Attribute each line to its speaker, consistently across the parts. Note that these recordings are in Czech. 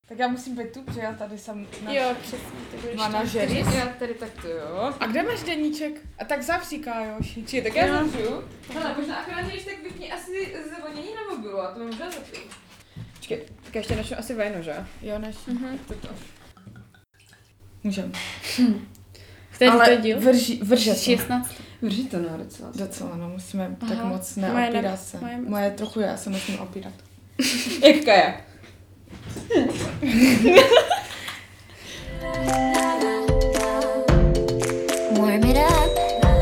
Speaker 1: Tak já musím být tu, protože já tady jsem
Speaker 2: Jo, přesně, ty budeš
Speaker 1: manažeris.
Speaker 3: Já tady takto, jo.
Speaker 1: A kde máš deníček? A tak zavří, Kájoši.
Speaker 3: Či, tak já zavřu. Hele, možná akorát když tak vypni asi zavonění na mobilu, a to možná zavřu. Počkej, tak já ještě načnu asi vajno, že?
Speaker 1: Jo, než.
Speaker 3: Toto.
Speaker 1: Můžem.
Speaker 2: Který
Speaker 1: Ale
Speaker 2: to díl?
Speaker 1: vrže to.
Speaker 2: 16.
Speaker 3: Vrží to, no, docela.
Speaker 1: Docela, no, musíme
Speaker 2: Aha.
Speaker 1: tak moc
Speaker 2: Moje
Speaker 1: neopírat se.
Speaker 2: moje
Speaker 1: Moje trochu, já se musím opírat.
Speaker 3: Jak Kaja.
Speaker 4: Warm it up.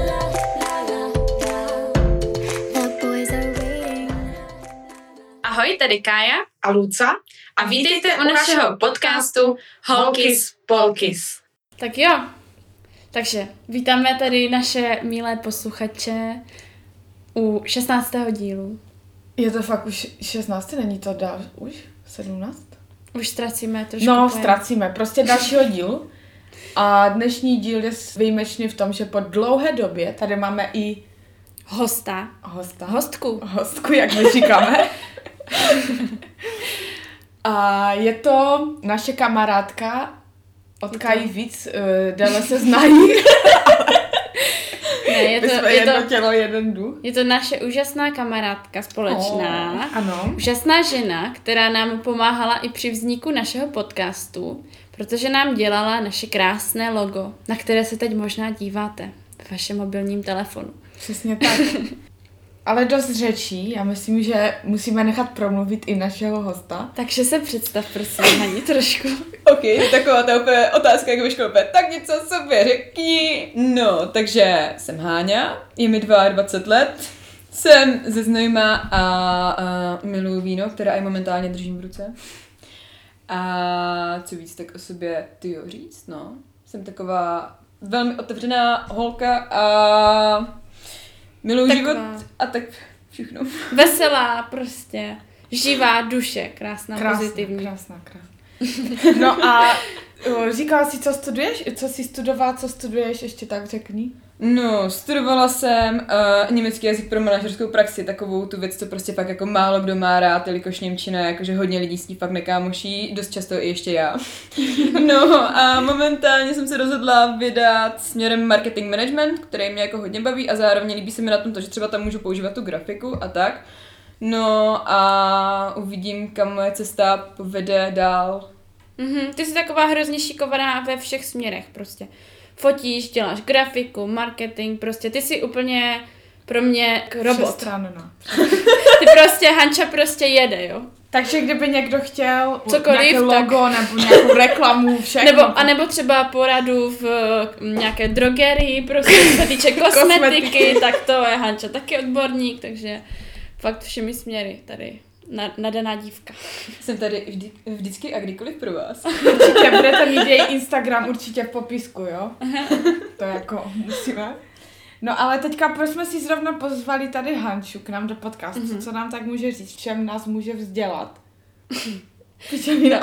Speaker 4: The boys are waiting.
Speaker 2: Ahoj, tady Kája
Speaker 1: A Luca?
Speaker 2: a vítejte u našeho podcastu Holkis Polkis. Tak jo, takže vítáme tady naše milé posluchače u 16. dílu.
Speaker 1: Je to fakt už 16, není to dál už? 17?
Speaker 2: Už ztracíme trošku
Speaker 1: No,
Speaker 2: pojem.
Speaker 1: ztracíme. Prostě dalšího dílu. A dnešní díl je výjimečný v tom, že po dlouhé době tady máme i
Speaker 2: Hosta. Hostku.
Speaker 1: jak my říkáme. A je to naše kamarádka od Kají víc, déle se znají.
Speaker 2: Ne,
Speaker 1: My jsme jedno tělo, jeden duch.
Speaker 2: je to naše úžasná kamarádka společná.
Speaker 1: Ano.
Speaker 2: Úžasná žena, která nám pomáhala i při vzniku našeho podcastu, protože nám dělala naše krásné logo, na které se teď možná díváte ve vašem mobilním telefonu.
Speaker 1: Přesně tak. Ale dost řečí, já myslím, že musíme nechat promluvit i našeho hosta.
Speaker 2: Takže se představ, prosím, Hani, trošku.
Speaker 3: OK, taková ta úplně otázka, jak ve škole. Tak něco sobě řekni. No, takže jsem Háňa, je mi 22 let, jsem ze Znojma a miluju víno, které i momentálně držím v ruce. A co víc tak o sobě říct, no. Jsem taková velmi otevřená holka a miluju
Speaker 2: Taková.
Speaker 3: život a tak všechno.
Speaker 2: Veselá prostě, živá duše, krásná, pozitivní.
Speaker 1: Krásná. No a říkala jsi, co studuješ? Co jsi studovala, co studuješ, ještě tak řekni.
Speaker 3: No, studovala jsem německý jazyk pro manažerskou praxi, takovou tu věc, co prostě fakt jako málo kdo má rád, jelikož němčina, jakože hodně lidí s ní fakt nekámoší, dost často i ještě já. No a momentálně jsem se rozhodla vydat směrem marketing management, který mě jako hodně baví a zároveň líbí se mi na tom to, že třeba tam můžu používat tu grafiku a tak. No a uvidím, kam moje cesta povede dál.
Speaker 2: Ty jsi taková hrozně šikovná ve všech směrech prostě. Fotíš, děláš grafiku, marketing, prostě ty jsi úplně pro mě robot.
Speaker 1: Všestranná.
Speaker 2: Ty prostě, Hanča prostě jede, jo.
Speaker 1: Takže kdyby někdo chtěl
Speaker 2: Cokoliv,
Speaker 1: nějaké
Speaker 2: tak-
Speaker 1: logo nebo nějakou reklamu, všechno.
Speaker 2: A nebo třeba poradu v nějaké drogerii, prostě co se týče kosmetiky, tak to je Hanča taky odborník, takže fakt všemi směry tady nadaná dívka.
Speaker 3: Jsem tady vždycky a kdykoliv pro vás.
Speaker 1: Určitě budete mít její Instagram určitě v popisku, jo? To jako musíme. No ale teďka, proč jsme si zrovna pozvali tady Hanču k nám do podcastu, co nám tak může říct, v čem nás může vzdělat? Pičovina.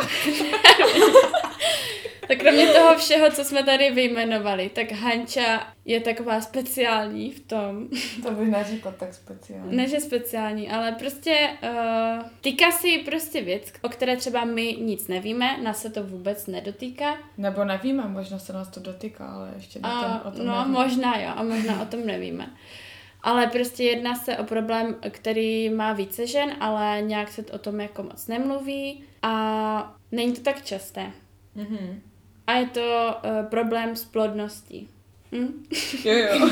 Speaker 2: Tak kromě toho všeho, co jsme tady vyjmenovali, tak Hanča je taková speciální v tom,
Speaker 1: To bych neřekla tak speciálně.
Speaker 2: ne že speciální, ale prostě týká se jí prostě věc, o které třeba my nic nevíme, nás se to vůbec nedotýká.
Speaker 1: Nebo nevíme, možná se nás to dotýká, ale ještě o tom
Speaker 2: No
Speaker 1: nevíme.
Speaker 2: možná jo, a možná o tom nevíme. Ale prostě jedná se o problém, který má více žen, ale nějak se o tom jako moc nemluví a není to tak časté.
Speaker 3: Mhm.
Speaker 2: A je to problém s plodností.
Speaker 3: Jo.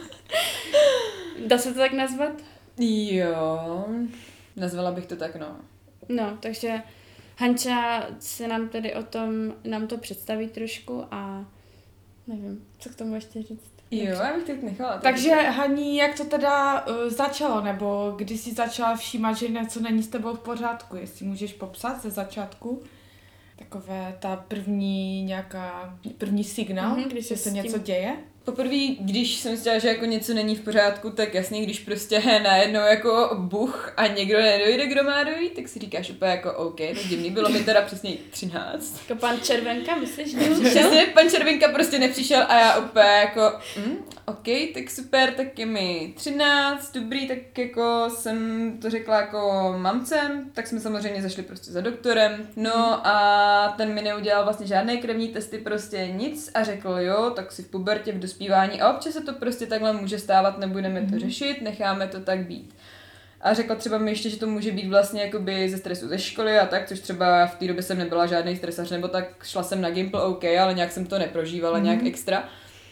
Speaker 2: Dá se to tak nazvat?
Speaker 3: Jo, nazvala bych to tak, no.
Speaker 2: No, takže Hanča se nám tady o tom, nám to představí trošku a nevím, co k tomu ještě říct.
Speaker 3: Jo, já bych to tak nechala.
Speaker 1: Takže Haní, jak to teda začalo, nebo kdy jsi začala všímat, že něco není s tebou v pořádku, jestli můžeš popsat ze začátku? Takové ta první signál,
Speaker 2: Když
Speaker 1: že se něco děje?
Speaker 3: Poprvé, když jsem zjistila, že jako něco není v pořádku, tak jasně, když prostě najednou jako buch a někdo nedojde, kdo má dojít, tak si říkáš úplně jako OK, to divný, bylo mi teda přesně 13.
Speaker 2: Jako pan Červenka, myslíš,
Speaker 3: Přesně, pan Červinka prostě nepřišel a já úplně jako OK, tak super, tak je mi 13, dobrý, tak jako jsem to řekla jako mamce, tak jsme samozřejmě zašli prostě za doktorem, no a ten mi neudělal vlastně žádné krevní testy, prostě nic a řekl jo, tak si v pubertě, v dospívání a občas se to prostě takhle může stávat, nebudeme to řešit, necháme to tak být. A řekla třeba mi ještě, že to může být vlastně jakoby ze stresu ze školy a tak, což třeba v té době jsem nebyla žádný stresař, nebo tak šla jsem na Gimple OK, ale nějak jsem to neprožívala nějak extra.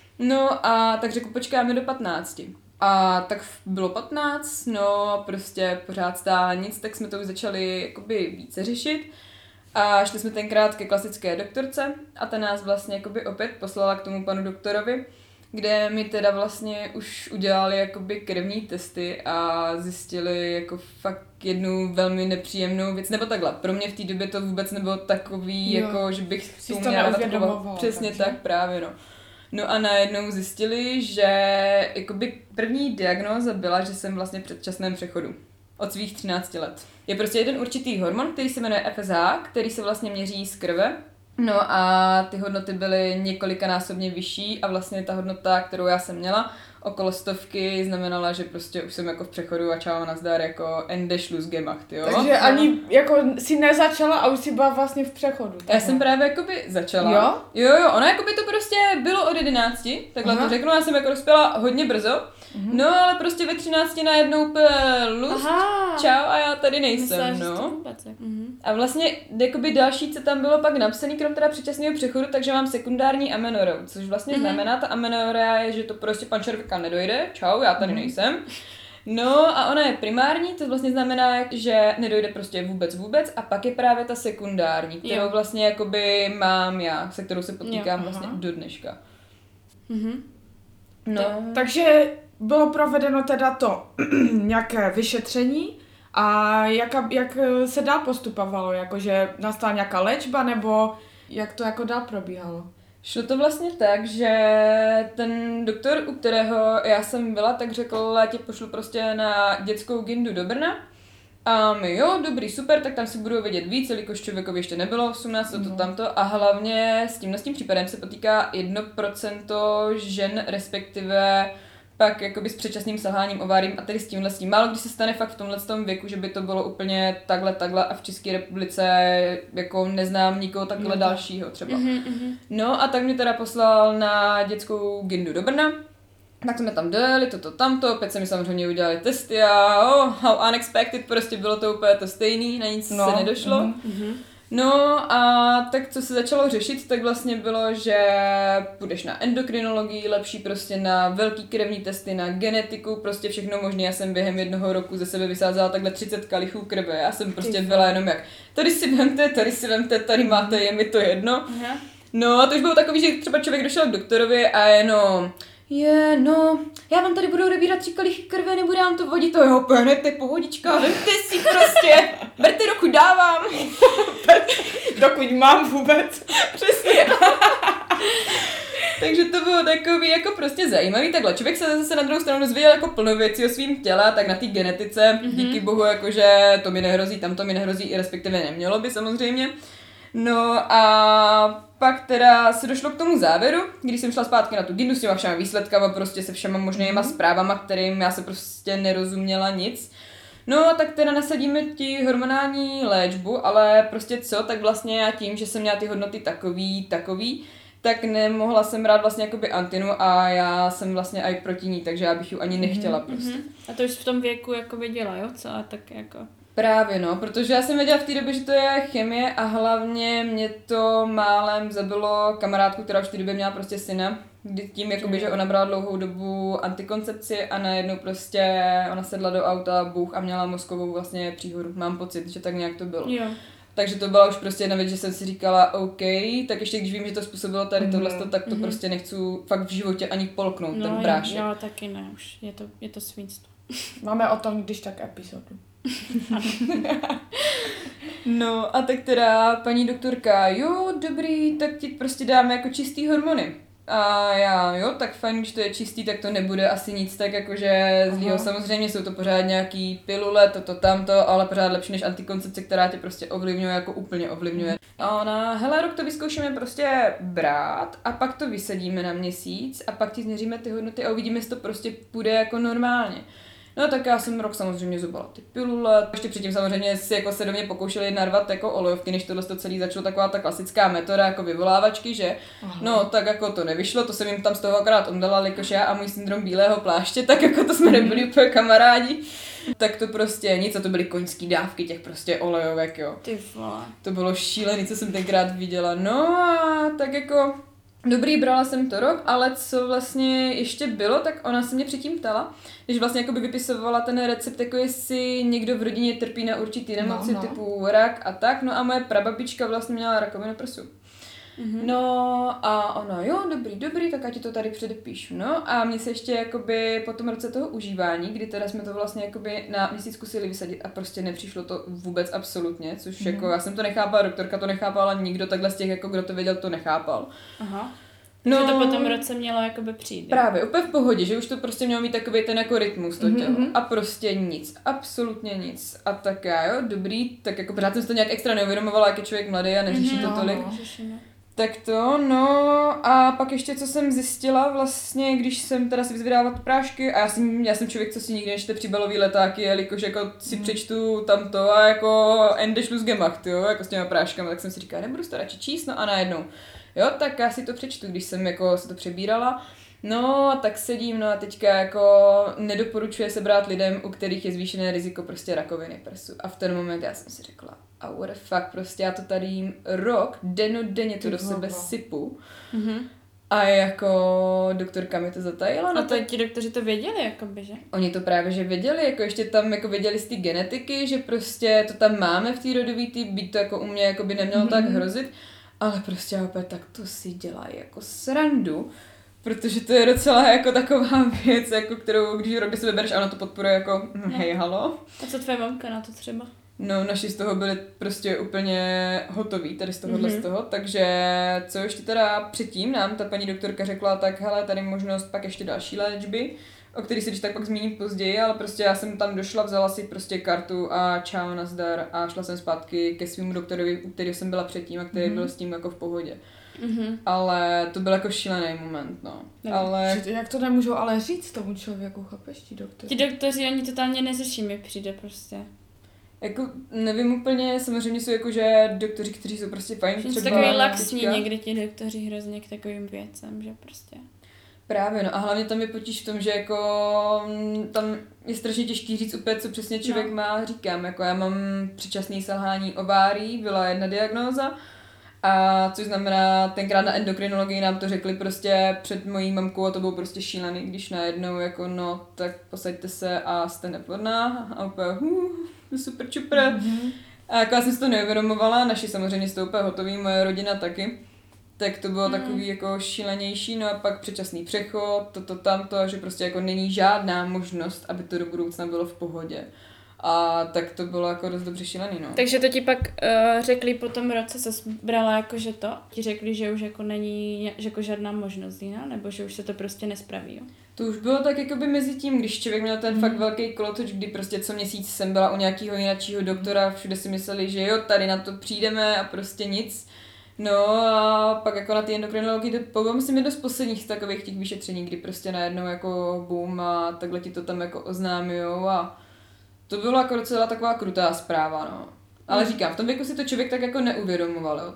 Speaker 3: No a tak řekl, počkáme do 15. A tak bylo 15, no prostě pořád stále nic, tak jsme to už začali jakoby více řešit. A šli jsme tenkrát ke klasické doktorce a ta nás vlastně jakoby opět poslala k tomu panu doktorovi, kde mi teda vlastně už udělali jakoby krevní testy a zjistili jako fakt jednu velmi nepříjemnou věc, nebo takhle. Pro mě v té době to vůbec nebylo takový, jako že bych
Speaker 1: si
Speaker 3: to
Speaker 1: to
Speaker 3: měla
Speaker 1: neuvědomovala.
Speaker 3: přesně
Speaker 1: takže.
Speaker 3: tak právě, no. No a najednou zjistili, že jakoby první diagnóza byla, že jsem vlastně v předčasném přechodu. Od svých 13 let. Je prostě jeden určitý hormon, který se jmenuje FSH, který se vlastně měří z krve. No a ty hodnoty byly několikanásobně vyšší a vlastně ta hodnota, kterou já jsem měla, okolo 100, znamenala, že prostě už jsem jako v přechodu a čau nazdar jako Ende Schlussgemacht, jo.
Speaker 1: Takže ani jako si nezačala a už si byla vlastně v přechodu. Takhle.
Speaker 3: Já jsem právě jakoby začala.
Speaker 1: Jo?
Speaker 3: Jo, ono jakoby to prostě bylo od 11, takhle to řeknu, já jsem jako dospěla hodně brzo, no ale prostě ve 13 najednou úplně lust, čau a já tady nejsem, no. A vlastně jakoby další, co tam bylo pak napsaný, krom teda předčasného přechodu, takže mám sekundární amenoreu, což vlastně znamená, ta amenorrea je, že to prostě pan Červenka nedojde, čau, já tady nejsem. No a ona je primární, to vlastně znamená, že nedojde prostě vůbec a pak je právě ta sekundární, kterou vlastně jakoby mám já, se kterou se potýkám vlastně do dneška. No.
Speaker 1: Takže bylo provedeno teda to nějaké vyšetření a jak se dál postupovalo, jakože nastala nějaká léčba nebo jak to jako dál probíhalo?
Speaker 3: Šlo to vlastně tak, že ten doktor, u kterého já jsem byla, tak řekl, já tě pošlu prostě na dětskou gindu do Brna. A my jo, dobrý, super, tak tam si budou vědět víc, jelikož člověkovi ještě nebylo 18, to tamto. A hlavně s tím případem se potýká 1% žen, respektive pak jakoby s předčasným selháním ováriím a tedy s tímhle. Málo kdy se stane fakt v tomhletom věku, že by to bylo úplně takhle a v České republice jako neznám nikoho takhle dalšího třeba. No a tak mě teda poslal na dětskou gindu do Brna. Tak jsme tam dojeli, tamto, opět se mi samozřejmě udělali testy a how unexpected, prostě bylo to úplně to stejný, na nic se nedošlo. No a tak co se začalo řešit, tak vlastně bylo, že půjdeš na endokrinologii, lepší prostě na velký krevní testy, na genetiku, prostě všechno možné. Já jsem během 1 roku ze sebe vysázela takhle 30 kalichů krve, já jsem prostě byla jenom jak, tady si vemte, tady máte, je mi to jedno. No a to už bylo takový, že třeba člověk došel k doktorovi a jenom já vám tady budu odebírat 3 kalichy krve, nebudu vám to vodit, to jo, hned pohodička, vemte si prostě, berte dokud dávám.
Speaker 1: Dokud mám vůbec.
Speaker 3: Přesně. Takže to bylo takový jako prostě zajímavý, takhle člověk se zase na druhou stranu dozvěděl jako plno věcí o svým těle, tak na té genetice, díky bohu, jakože to mi nehrozí, tam to mi nehrozí, i respektive nemělo by samozřejmě. No a pak teda se došlo k tomu závěru, když jsem šla zpátky na tu gindu s těma všema výsledkama, prostě se všema možnýma zprávama, kterým já se prostě nerozuměla nic. No tak teda nasadíme ti hormonální léčbu, ale prostě co, tak vlastně já tím, že jsem měla ty hodnoty takový, tak nemohla jsem brát vlastně jakoby antinu a já jsem vlastně i proti ní, takže já bych ji ani nechtěla prostě.
Speaker 2: A to už v tom věku jako věděla, jo? Co a tak jako...
Speaker 3: Právě no, protože já jsem věděla v té době, že to je chemie a hlavně mě to málem zabilo kamarádku, která už v té době měla prostě syna, kdy tím jakoby, že ona brala dlouhou dobu antikoncepci a najednou prostě ona sedla do auta, bůh a měla mozkovou vlastně příhodu. Mám pocit, že tak nějak to bylo.
Speaker 2: Jo.
Speaker 3: Takže to byla už prostě jedna věc, že jsem si říkala OK, tak ještě když vím, že to způsobilo tady tohle, tak to prostě nechci fakt v životě ani polknout, ten brášek.
Speaker 2: Jo, taky ne, už je to svinstvo.
Speaker 1: Máme o tom když tak epizodu.
Speaker 3: No a tak teda paní doktorka, jo, dobrý, tak ti prostě dáme jako čistý hormony. A já, jo, tak fajn, když to je čistý, tak to nebude asi nic tak jakože zlýho. Samozřejmě jsou to pořád nějaký pilule, toto, tamto, ale pořád lepší než antikoncepce, která tě prostě ovlivňuje, jako úplně ovlivňuje. A ona, hele, rok to vyzkoušíme prostě brát a pak to vysadíme na měsíc a pak ti změříme ty hodnoty a uvidíme, jestli to prostě půjde jako normálně. No tak já jsem rok samozřejmě zubala ty pilule, ještě předtím samozřejmě si jako se do mě pokoušeli narvat jako olejovky, než tohle to celý začalo taková ta klasická metoda jako vyvolávačky, že no tak jako to nevyšlo, to jsem jim tam z toho akorát omdala, jakož já a můj syndrom bílého pláště, tak jako to jsme nebyli úplně kamarádi. Tak to prostě nic, a to byly koňský dávky těch prostě olejovek, jo.
Speaker 2: Ty vole.
Speaker 3: To bylo šílený, co jsem tenkrát viděla. No a tak jako dobrý, brala jsem to rok, ale co vlastně ještě bylo, tak ona se mě předtím ptala, když vlastně jakoby vypisovala ten recept, jako jestli někdo v rodině trpí na určitý nemoci typu rak a tak, no a moje prababička vlastně měla rakovinu prsu. No a ona, jo, dobrý, tak já ti to tady předepíšu, no a mě se ještě jakoby po tom roce toho užívání, kdy teda jsme to vlastně jakoby na měsíc zkusili vysadit a prostě nepřišlo to vůbec absolutně, což jako já jsem to nechápala, doktorka to nechápala, nikdo takhle z těch, jako kdo to věděl, to nechápal.
Speaker 2: Aha.
Speaker 3: No,
Speaker 2: že to po tom roce mělo jakoby přijít.
Speaker 3: Právě, úplně v pohodě, že už to prostě mělo mít takový ten jako rytmus to tělo. A prostě nic, absolutně nic. A tak já, jo, dobrý, tak jako pořád jsem si to nějak extra neuvědomovala, jak je člověk mladý a neřeší to tolik. Tak to, no a pak ještě co jsem zjistila vlastně, když jsem teda si vyzvědávat prášky a já jsem člověk, co si nikdy nečte příbalový letáky, jelikož jako si přečtu tamto a jako Ende Schluss gemacht, jo, jako s těma práškama, tak jsem si říkala, nebudu to radši číst, no a najednou. Jo, tak já si to přečtu, když jsem jako se to přebírala. No, tak sedím, no a teďka jako nedoporučuje se brát lidem, u kterých je zvýšené riziko prostě rakoviny prsu. A v ten moment já jsem si řekla, a what the fuck, prostě já to tady jim rok, dennodenně to do sebe sypu. A jako doktorka mi to zatajila.
Speaker 2: No a to ti doktoři to věděli, jakoby, že?
Speaker 3: Oni to právě, že věděli, jako ještě tam jako věděli z té genetiky, že prostě to tam máme v té rodové typ, byť to jako u mě jako by nemělo tak hrozit. Ale prostě opět tak to si dělají jako srandu, protože to je docela jako taková věc, jako kterou, když rok se vybereš a ona to podporuje jako hej, halo.
Speaker 2: A co tvoje mamka na to třeba?
Speaker 3: No, naši z toho byli prostě úplně hotoví, tady z tohohle z toho, takže co ještě teda předtím nám ta paní doktorka řekla, tak hele, tady možnost pak ještě další léčby, o který se když tak pak zmíním později, ale prostě já jsem tam došla, vzala si prostě kartu a čau, nazdar a šla jsem zpátky ke svému doktorovi, u kterého jsem byla předtím a který byl s tím jako v pohodě. Ale to byl jako šílený moment, no. Ale...
Speaker 1: Jak to nemůžou ale říct tomu člověku, chápeš, ti doktoři?
Speaker 2: Ti doktoři, oni totálně neřeší, mi přijde prostě.
Speaker 3: Jako nevím úplně, samozřejmě jsou jako, že doktoři, kteří jsou prostě fajn.
Speaker 2: Jsou takový laxní někdy ti doktoři hrozně k takovým věcem, že prostě.
Speaker 3: Právě, no a hlavně tam je potíž v tom, že jako tam je strašně těžký říct úplně, co přesně člověk má, říkám, jako já mám předčasné selhání ovárií, byla jedna diagnóza, a což znamená, tenkrát na endokrinologii nám to řekli prostě před mojí mamkou a to bylo prostě šílený, když najednou jako no, tak posaďte se a jste neplodná a úplně super čupr. A jako já jsem si to neuvědomovala, naši samozřejmě jsou úplně hotoví, moje rodina taky. Tak to bylo takový jako šílenější, no a pak předčasný přechod, tamto, že prostě jako není žádná možnost, aby to do budoucna bylo v pohodě. A tak to bylo jako dost dobře šílený, no.
Speaker 2: Takže to ti pak řekli po tom roce, co jsi brala jakože to? Ti řekli, že už jako není jako žádná možnost jiná, nebo že už se to prostě nespraví, jo?
Speaker 3: To už bylo tak jakoby mezi tím, když člověk měl ten fakt velký kolotoč, kdy prostě co měsíc jsem byla u nějakého jiného doktora, všude si mysleli, že jo, tady na to přijdeme a prostě nic. No a pak jako na ty endokrinologii, to bylo myslím jedno z posledních takových těch vyšetření, kdy prostě najednou jako boom a takhle ti to tam jako oznámijou a to bylo jako docela taková krutá zpráva, no. Ale říkám, v tom věku si to člověk tak jako neuvědomoval, jo.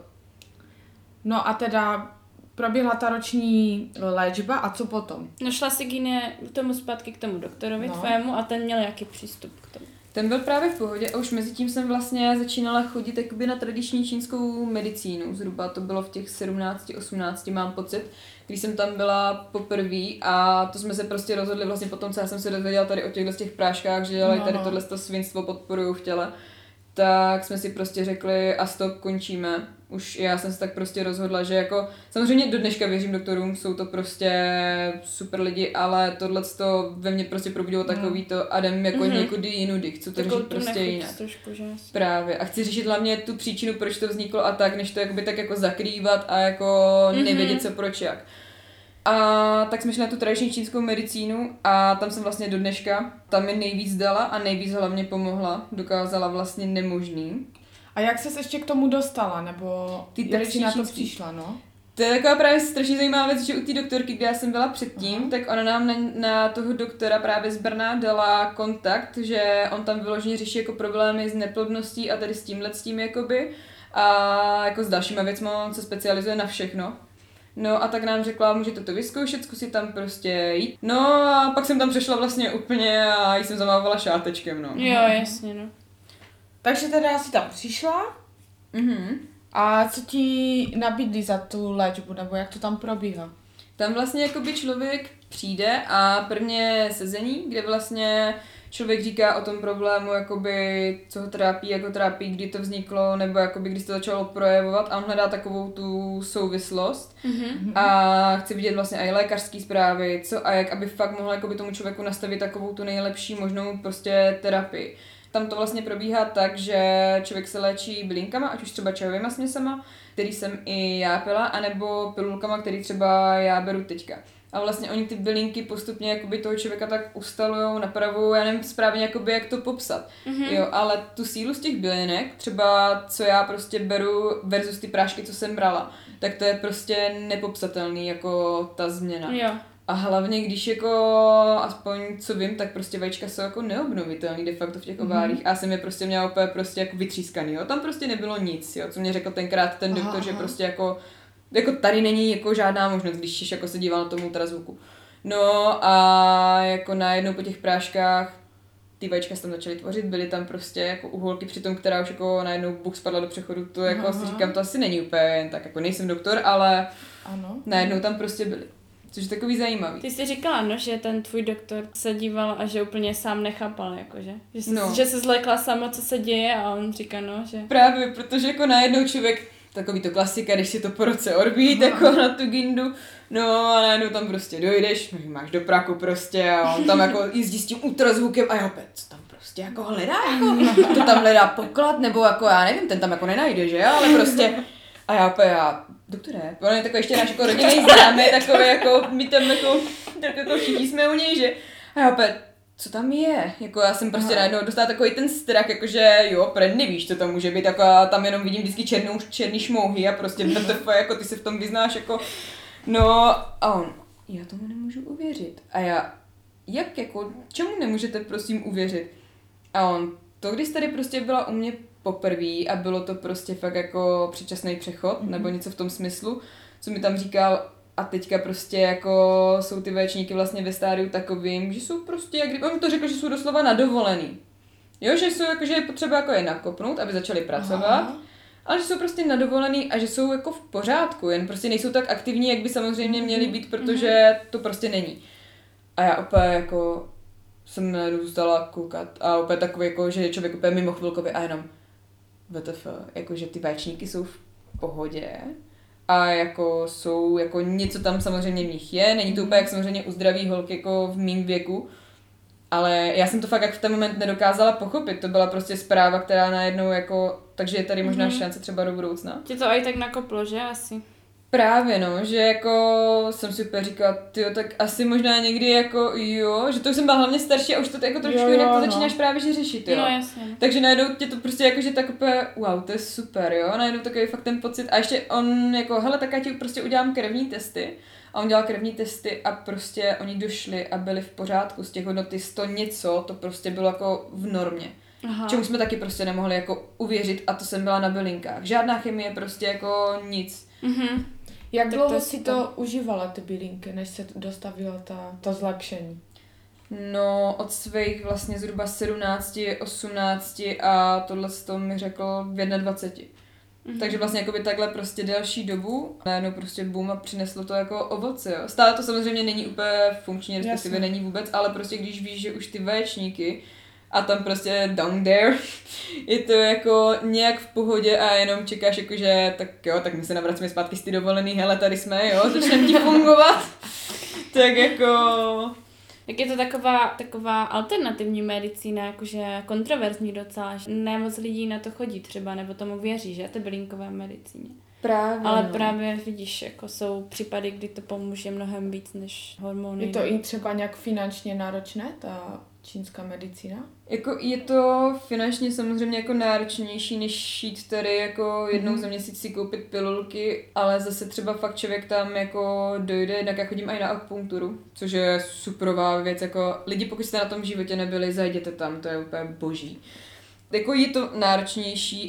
Speaker 1: No a teda proběhla ta roční léčba a co potom?
Speaker 2: No šla si k tomu zpátky k tomu doktorovi tvému a ten měl jaký přístup k tomu?
Speaker 3: Ten byl právě v pohodě a už mezi tím jsem vlastně začínala chodit jakoby na tradiční čínskou medicínu. Zhruba to bylo v těch 17-18, mám pocit, když jsem tam byla poprvé a to jsme se prostě rozhodli vlastně potom, co já jsem se dozvěděla tady o těch práškách, že dělají tady tohle svinstvo, podporují v těle. Tak jsme si prostě řekli a stop, končíme. Už já jsem se tak prostě rozhodla, že jako samozřejmě do dneška věřím doktorům, jsou to prostě super lidi, ale tohleto ve mně prostě probudilo takový to a jdem jako někudy jinudy, chci to řešit prostě jinak.
Speaker 2: Trošku, že?
Speaker 3: Právě a chci řešit hlavně tu příčinu, proč to vzniklo a tak, než to jakoby tak jako zakrývat a jako nevědět co proč jak. A tak jsme šli na tu tradiční čínskou medicínu a tam jsem vlastně do dneška, tam mi nejvíc dala a nejvíc hlavně pomohla. Dokázala vlastně nemožný.
Speaker 1: A jak ses ještě k tomu dostala, nebo jak jsi na to přišla, no?
Speaker 3: To je taková právě strašně zajímavá věc, že u té doktorky, kde já jsem byla předtím, tak ona nám na toho doktora právě z Brna dala kontakt, že on tam vyloženě řeší jako problémy s neplodností a tady s tímhletím jakoby. A jako s dalšíma věcma on se specializuje na všechno. No a tak nám řekla, můžete to vyzkoušet, zkusit tam prostě jít. No a pak jsem tam přešla vlastně úplně a jsem zamávala šátečkem, no.
Speaker 2: Jo, jasně, no.
Speaker 1: Takže teda jsi tam přišla a co ti nabídli za tu léčbu, nebo jak to tam probíhá?
Speaker 3: Tam vlastně jakoby člověk přijde a prvně sezení, kde vlastně člověk říká o tom problému, jakoby, co ho trápí, jako trápí, kdy to vzniklo, nebo jakoby, kdy se to začalo projevovat a on hledá takovou tu souvislost a chce vidět vlastně i lékařské zprávy, co a jak, aby fakt mohl jakoby tomu člověku nastavit takovou tu nejlepší možnou prostě terapii. Tam to vlastně probíhá tak, že člověk se léčí bylinkama, ať už třeba čajovýma směsama, který jsem i já pila, anebo pilulkama, který třeba já beru teďka. A vlastně oni ty bylinky postupně jakoby toho člověka tak ustalujou, napravujou, já nevím správně jakoby, jak to popsat. Jo, ale tu sílu z těch bylinek, třeba co já prostě beru versus ty prášky, co jsem brala, tak to je prostě nepopsatelný jako ta změna.
Speaker 2: Jo.
Speaker 3: A hlavně, když jako, aspoň co vím, tak prostě vajíčka jsou jako neobnovitelný de facto v těch ovárích. A já jsem je prostě měla úplně prostě jako vytřískaný, jo. Tam prostě nebylo nic, jo, co mě řekl tenkrát ten doktor, že prostě jako tady není jako žádná možnost, když jako se díval na tomu ultrazvuku. No a jako najednou po těch práškách ty vajíčka se tam začaly tvořit, byly tam prostě jako uholky při tom, která už jako najednou Bůh spadla do přechodu, to jako si říkám, to asi není úplně jen tak, jako nejsem doktor, ale najednou tam prostě byly. Což je takový zajímavý.
Speaker 2: Ty jsi říkala, no, že ten tvůj doktor se díval a že úplně sám nechápal, jakože. Že se zlekla sama, co se děje a on říká, no, že...
Speaker 3: Právě, protože jako najednou člověk, takový to klasika, když si to po roce odbít, jako na tu gindu, no a najednou tam prostě dojdeš, no, máš do praku prostě a on tam jako jízdí s tím ultrazvukem a já opět, co tam prostě jako hledá, jako, to tam hledá poklad, nebo jako já nevím, ten tam jako nenajde, že, ale prostě... A já opět, doktore, on je takový ještě náš jako rodinný známý, takový jako, my tam jako, tak jako všichni jsme u něj, že? A já opět, co tam je? Jako já jsem prostě najednou dostala takový ten strach, jakože jo, nevíš, co tam může být, jako já tam jenom vidím vždycky černý šmouhy a prostě BTF, jako ty se v tom vyznáš, jako, no a on, já tomu nemůžu uvěřit. A já, jak jako, čemu nemůžete prosím uvěřit? A on, to když tady prostě byla u mě poprvé a bylo to prostě fakt jako předčasný přechod, nebo něco v tom smyslu, co mi tam říkal a teďka prostě jako jsou ty véčníky vlastně ve stádiu takovým, že jsou prostě, jak kdyby, on mi to řekl, že jsou doslova na dovolený. Jo, že jsou jako, že je potřeba jako je nakopnout, aby začali pracovat, ale že jsou prostě na dovolený a že jsou jako v pořádku, jen prostě nejsou tak aktivní, jak by samozřejmě měli být, protože to prostě není. A já opět jako jsem najednou zůstala koukat a opět takový jako, že člověk opět mimo chvilkově a jenom WTF, jakože ty vaječníky jsou v pohodě a jako jsou, jako něco tam samozřejmě v nich je, není to úplně jak samozřejmě u zdravý holky jako v mým věku, ale já jsem to fakt jak v ten moment nedokázala pochopit, to byla prostě zpráva, která najednou jako, takže je tady možná šance třeba do budoucna.
Speaker 2: Tě to i tak nakoplo, že asi?
Speaker 3: Právě no, že jako jsem si úplně říkala, tyjo, tak asi možná někdy jako jo, že to už jsem byla hlavně starší a už to jako trošku jinak to začínáš právě že řešit, jo.
Speaker 2: No jasně. Takže
Speaker 3: najednou tě to prostě jako, že tak úplně, wow, to je super, jo, a najednou takový fakt ten pocit a ještě on jako, hele, tak já ti prostě udělám krevní testy a on dělal krevní testy a prostě oni došli a byli v pořádku z těch hodnoty 100 něco, to prostě bylo jako v normě. Aha. Čemu jsme taky prostě nemohli jako uvěřit a to jsem byla na bylinkách. Žádná chemie, prostě jako nic.
Speaker 1: Jak dlouho si to užívala, ty bylinky, než se dostavila to zlepšení?
Speaker 3: No, od svých vlastně zhruba 17, 18 a tohle to mi řekl v 21. Takže vlastně jakoby takhle prostě delší dobu. Najednou prostě boom a přineslo to jako ovoce, jo. Stále to samozřejmě není úplně funkční, respektive není vůbec, ale prostě když víš, že už ty vaječníky a tam prostě down there je to jako nějak v pohodě a jenom čekáš jakože tak jo, tak my se navracíme zpátky z ty dovolený, hele tady jsme, jo, začneme ti fungovat. Tak jako
Speaker 2: Jak je to taková alternativní medicína, jakože kontroverzní docela, že ne moc lidí na to chodí třeba, nebo tomu věří, že, té bylinkové medicíně.
Speaker 3: Právě,
Speaker 2: ale právě vidíš, jako jsou případy, kdy to pomůže mnohem víc než hormony.
Speaker 1: Je to i třeba nějak finančně náročné, ta čínská medicína?
Speaker 3: Jako je to finančně samozřejmě jako náročnější, než jít tady jako jednou za měsíc si koupit pilulky, ale zase třeba fakt člověk tam jako dojde, jednak já chodím i na akupunkturu, což je superová věc, jako lidi, pokud jste na tom životě nebyli, zajděte tam, to je úplně boží. Jako je to náročnější,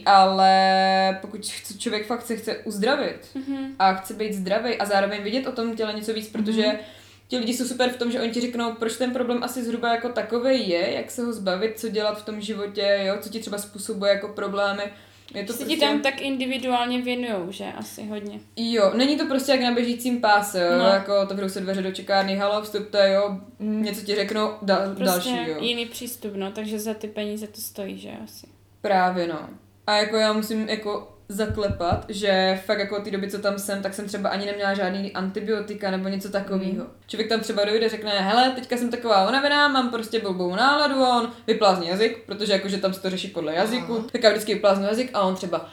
Speaker 3: ale pokud člověk fakt se chce uzdravit a chce být zdravý a zároveň vidět o tom těle něco víc, protože ti lidi jsou super v tom, že oni ti řeknou, proč ten problém asi zhruba jako takovej je, jak se ho zbavit, co dělat v tom životě, jo, co ti třeba způsobuje jako problémy. Je to
Speaker 2: se
Speaker 3: prostě...
Speaker 2: ti tam tak individuálně věnujou, že? Asi hodně.
Speaker 3: Jo, není to prostě jak na běžícím páse, jo, jako otevřou se dveře do čekárny, halo, vstupte, jo, něco ti řeknou,
Speaker 2: prostě
Speaker 3: další, jo.
Speaker 2: jiný přístup, no, takže za ty peníze to stojí, že asi.
Speaker 3: Právě, no. A jako já musím jako zaklepat, že fakt jako ty doby, co tam jsem, tak jsem třeba ani neměla žádný antibiotika nebo něco takového. Člověk tam třeba dojde, řekne, hele, teďka jsem taková unavená, mám prostě blbou náladu a on vyplázní jazyk, protože jakože tam se to řeší podle jazyku, tak já vždycky vypláznu jazyk a on třeba,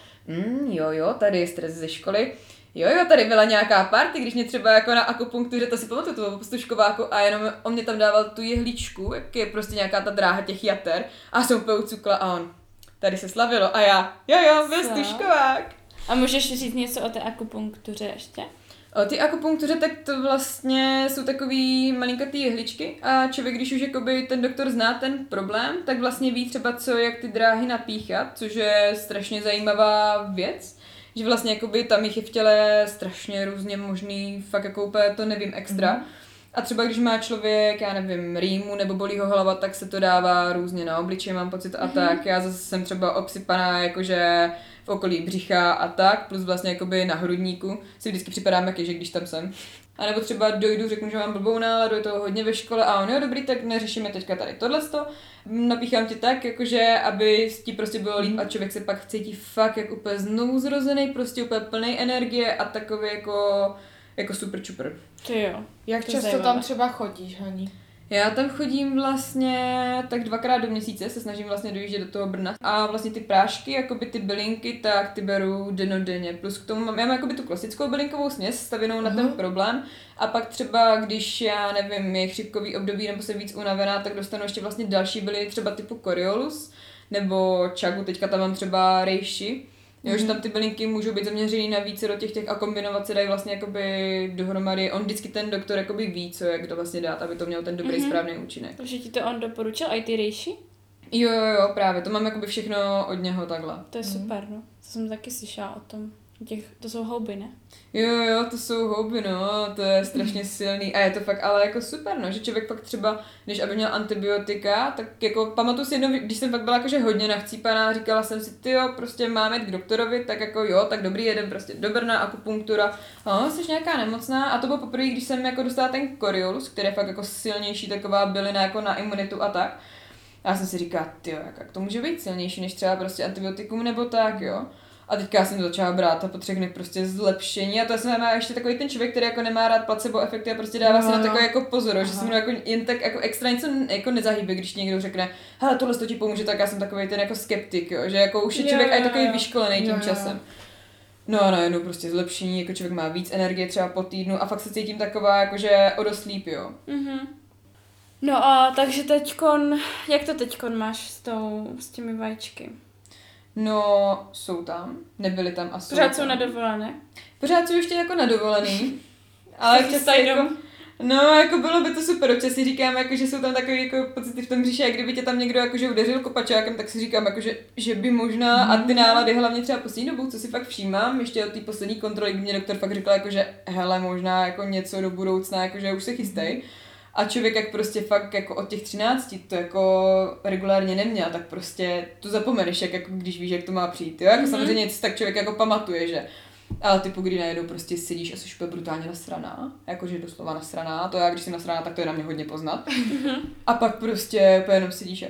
Speaker 3: jo, tady je stres ze školy. Jo, tady byla nějaká party, když mě třeba jako na akupunktuře, to si pamatuju, to bylo po stužkováku a jenom on mě tam dával tu jehličku, jak je prostě nějaká ta dráha těch jater a jsem úplně ucukla a on, tady se slavilo a já, jo, byl stužkovák.
Speaker 2: A můžeš říct něco o té akupunktuře ještě?
Speaker 3: O ty akupunktuře, tak to vlastně jsou takový malinkatý jehličky a člověk, když už jakoby ten doktor zná ten problém, tak vlastně ví třeba co, jak ty dráhy napíchat, což je strašně zajímavá věc, že vlastně jakoby tam jich je v těle strašně různě možný, fakt jako úplně to nevím extra. A třeba když má člověk, já nevím, rýmu nebo bolí ho hlava, tak se to dává různě na obličeji, mám pocit a tak. Já zase jsem třeba obsypaná jakože v okolí břicha a tak, plus vlastně jakoby na hrudníku si vždycky připadám jak ježek, když tam jsem. A nebo třeba dojdu, řeknu, že mám blbou náladu, je toho hodně ve škole a on, jo dobrý, tak neřešíme teďka tady tohleto. Napíchám ti tak, jakože, aby ti prostě bylo líp a člověk se pak cítí fakt jak úplně znovu zrozený, prostě úplně plný energie a takový jako super čupr.
Speaker 2: Ty jo.
Speaker 1: Jak často zajímavé. Tam třeba chodíš, Hani?
Speaker 3: Já tam chodím vlastně tak 2krát do měsíce, se snažím vlastně dojíždět do toho Brna. A vlastně ty prášky, jakoby ty bylinky, tak ty beru dennodenně. Plus k tomu mám jakoby tu klasickou bylinkovou směs stavěnou na ten problém. A pak třeba, když já nevím, je chřipkový období nebo jsem víc unavená, tak dostanu ještě vlastně další byliny, třeba typu Coriolus nebo Chagu, teďka tam mám třeba Reishi. Jo, že tam ty bylinky můžou být zaměřený na více do těch a kombinovat se dají vlastně jakoby dohromady. On vždycky ten doktor jakoby ví, co jak to vlastně dát, aby to mělo ten dobrý správný účinek.
Speaker 2: Takže ti to on doporučil, a i ty Reishi?
Speaker 3: Jo, právě, to mám jakoby všechno od něho takhle.
Speaker 2: To je super, no. To jsem taky slyšela o tom. To jsou houby, ne?
Speaker 3: Jo, to jsou houby, no, to je strašně silný a je to fakt ale jako super, no, že člověk pak třeba, když aby měl antibiotika, tak jako pamatuju si jednou, když jsem fakt byla jakože hodně nachcípaná, říkala jsem si, tyjo, prostě máme jít k doktorovi, tak jako jo, tak dobrý, jedem prostě do Brna, akupunktura, jsi nějaká nemocná a to bylo poprvé, když jsem jako dostala ten Coriolus, který je fakt jako silnější taková bylina jako na imunitu a tak. A já jsem si říkala, tyjo, jak to může být silnější než třeba prostě antibiotikum nebo tak, jo. A teďka jsem to začala brát a po 3 dnech prostě zlepšení a to jsem má ještě takový ten člověk, který jako nemá rád placebo efekty a prostě dává si na takový jako pozor, že se mu jako jen tak jako extra něco jako nezahýbe, když někdo řekne, hele, tohle to ti pomůže, tak já jsem takový ten jako skeptik, jo, že jako už je člověk i takový vyškolený tím časem. No a najednou prostě zlepšení, jako člověk má víc energie třeba po týdnu a fakt se cítím taková jakože o dost líp, jo.
Speaker 2: No a takže teďkon, jak to teďkon máš s těmi vajíčky?
Speaker 3: No, jsou tam, nebyly tam asi.
Speaker 2: Pořád jsou na dovolené?
Speaker 3: Pořád jsou ještě jako na dovolený, ale jako bylo by to super, občas si říkám, jako, že jsou tam takový jako pocity v tom břiše, jak kdyby tě tam někdo jakože udeřil kopačákem, tak si říkám, jako, že by možná, a ty nálady hlavně třeba poslední dobou, co si fakt všímám, ještě od té poslední kontroly, kdy mě doktor fakt řekl, jako, že hele, možná jako něco do budoucna, jako, že už se chystej. A člověk jak prostě fakt jako od těch 13 to jako regulárně neměl, tak prostě to zapomeneš, jako když víš, jak to má přijít, jo? Jako samozřejmě tak člověk jako pamatuje, že ale typu, kdy najednou prostě sedíš a jsi úplně brutálně nasraná, jakože doslova nasraná, to já když jsem nasraná, tak to je na mě hodně poznat. A pak prostě jenom sedíš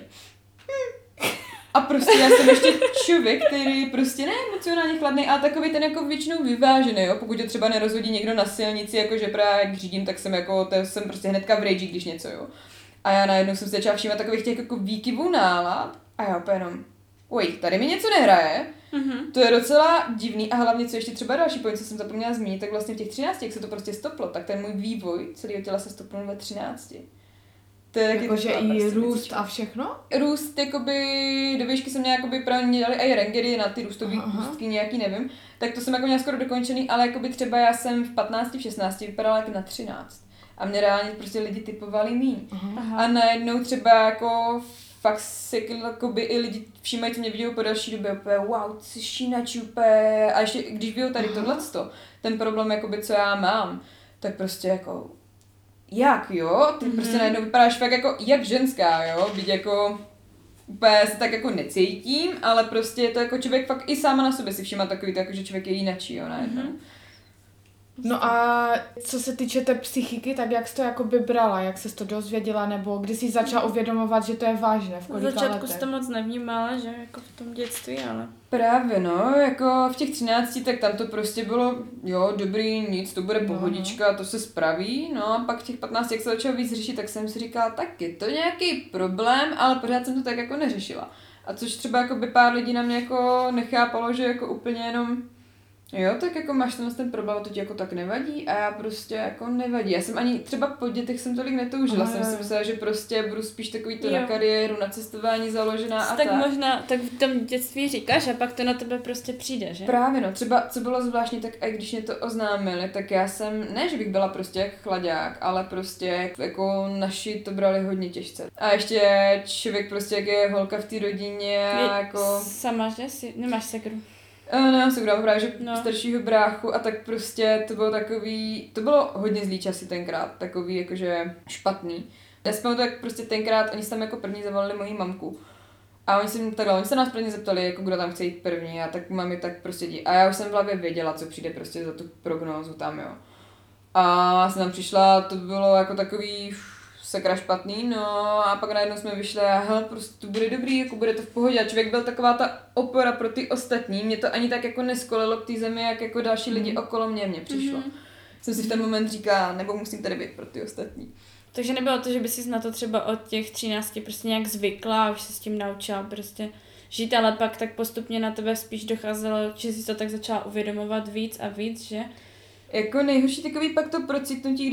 Speaker 3: a prostě já jsem ještě člověk, který prostě ne emocionálně chladný, ale takový ten jako většinou vyvážený, jo, pokud je třeba nerozhodí někdo na silnici, jakože právě jak řídím, tak jsem jako, jsem prostě hnedka v rage, když něco, jo. A já najednou jsem si začala všímat takových těch jako výkyvů nálad a já opět jenom, tady mi něco nehraje. To je docela divný a hlavně, co ještě třeba další point, co jsem zapomněla zmínit, tak vlastně v těch 13, jak se to prostě stoplo, tak ten můj vývoj celého těla se stopnul ve 13. To je taky
Speaker 1: jakože i prostě růst a všechno?
Speaker 3: Růst, jakoby, do výšky jsem měla, jakoby, právě mě dali i rengery na ty růstové ústky nějaký, nevím, tak to jsem jako měla skoro dokončený, ale jakoby třeba já jsem v 15, v 16 vypadala jako na 13. A mě reálně prostě lidi typovali míň. A najednou třeba jako fakt si jakoby i lidi všímají, co mě vidí po další době, úplně wow, ty jsi šínač, úplně. A ještě když vidím tady tohleto, ten problém, jakoby, co já mám, tak prostě jako jak, jo? Ty prostě najednou vypadáš fakt jako jak ženská, jo? Byť jako úplně se tak jako necítím, ale prostě je to jako člověk fakt i sama na sobě si všímá takový to, jako že člověk je jinačí, jo, najednou.
Speaker 1: No a co se týče té psychiky, tak jak jsi to jakoby brala, jak jsi to dozvěděla, nebo kdy jsi začala uvědomovat, že to je vážné, v kolika
Speaker 2: letech? V začátku
Speaker 1: letech?
Speaker 2: jsi to moc nevnímala, že jako v tom dětství, ale...
Speaker 3: Právě no, jako v těch 13, tak tam to prostě bylo, jo, dobrý, nic, to bude pohodička, to se spraví, no a pak v těch 15, jak se začalo víc řešit, tak jsem si říkala, tak je to nějaký problém, ale pořád jsem to tak jako neřešila. A což třeba jako by pár lidí na mě jako nechápalo, že jako úplně jenom jo, tak jako máš ten problém, to ti jako tak nevadí a já prostě jako nevadí. Já jsem ani třeba po dětech jsem tolik netoužila, jsem si myslela, že prostě budu spíš takový to na kariéru, na cestování založená a tak.
Speaker 2: Možná, tak v tom dětství říkáš a pak to na tebe prostě přijde, že?
Speaker 3: Právě no, třeba co bylo zvláštní, tak i když mě to oznámili, tak já jsem, ne že bych byla prostě jak chlaďák, ale prostě jako naši to brali hodně těžce. A ještě člověk prostě jak je holka v té rodině a jako...
Speaker 2: Sama, že? Nemáš sekru.
Speaker 3: Ne, jsem grám právě, že staršího bráchu a tak prostě to bylo takový, to bylo hodně zlý časy tenkrát, takový jakože špatný. Já si pamatuju, jak prostě tenkrát, oni se tam jako první zavolali moji mamku. A oni se nás první zeptali, jako kdo tam chce jít první a tak mami tak prostě jdi. A já už jsem v hlavě věděla, co přijde prostě za tu prognózu tam, jo. A jsem tam přišla, to bylo jako takový sakra špatný, no a pak najednou jsme vyšli a hele, prostě to bude dobrý, jako bude to v pohodě a člověk byl taková ta opora pro ty ostatní, mě to ani tak jako neskolilo k té zemi, jak jako další lidi okolo mě přišlo. Jsem si v ten moment říkala, nebo musím tady být pro ty ostatní.
Speaker 2: Takže nebylo to, že by si na to třeba od těch 13 prostě nějak zvykla a už se s tím naučila prostě žít, ale pak tak postupně na tebe spíš docházelo, že jsi to tak začala uvědomovat víc a víc, že?
Speaker 3: Jako nejhorší takový pak to procitnutí,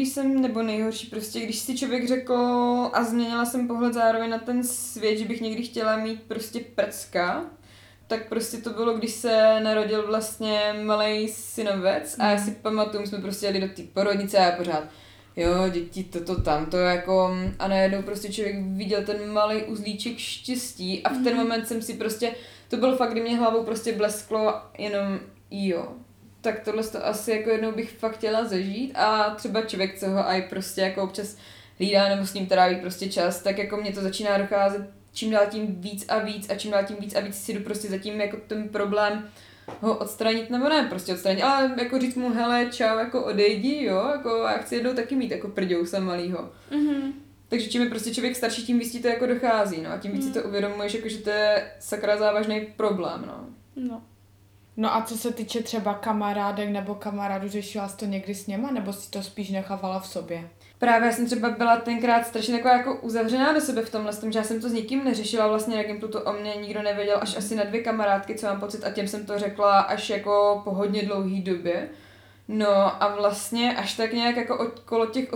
Speaker 3: když si člověk řekl a změnila jsem pohled zároveň na ten svět, že bych někdy chtěla mít prostě prcka, tak prostě to bylo, když se narodil vlastně malej synovec a já si pamatuju, jsme prostě jeli do té porodnice a já pořád jo, děti, tamto jako a najednou prostě člověk viděl ten malý uzlíček štěstí a v ten moment jsem si prostě, to bylo fakt, kdy mě hlavou prostě blesklo jenom jo. Tak tohle to asi jako jednou bych fakt chtěla zažít a třeba člověk, co ho aj prostě jako občas hlídá nebo s ním tráví prostě čas, tak jako mě to začíná docházet čím dál tím víc a víc a čím dál tím víc a víc si jdu prostě zatím jako ten problém ho odstranit nebo ne prostě odstranit, ale jako říct mu hele čau, jako odejdi, jo, jako já chci jednou taky mít jako prděusa malýho. Takže čím je prostě člověk starší, tím víc ti to jako dochází, no a tím víc si to uvědomuješ, jako že to je sakra závažný problém, no.
Speaker 1: No a co se týče třeba kamarádek nebo kamarádů, řešila jsi to někdy s něma, nebo si to spíš nechávala v sobě?
Speaker 3: Právě já jsem třeba byla tenkrát strašně taková jako uzavřená do sebe v tomhle, že já jsem to s nikým neřešila, vlastně jak jim to o mě nikdo nevěděl, až asi na 2 kamarádky, co mám pocit, a těm jsem to řekla až jako po hodně dlouhý době. No a vlastně až tak nějak jako okolo těch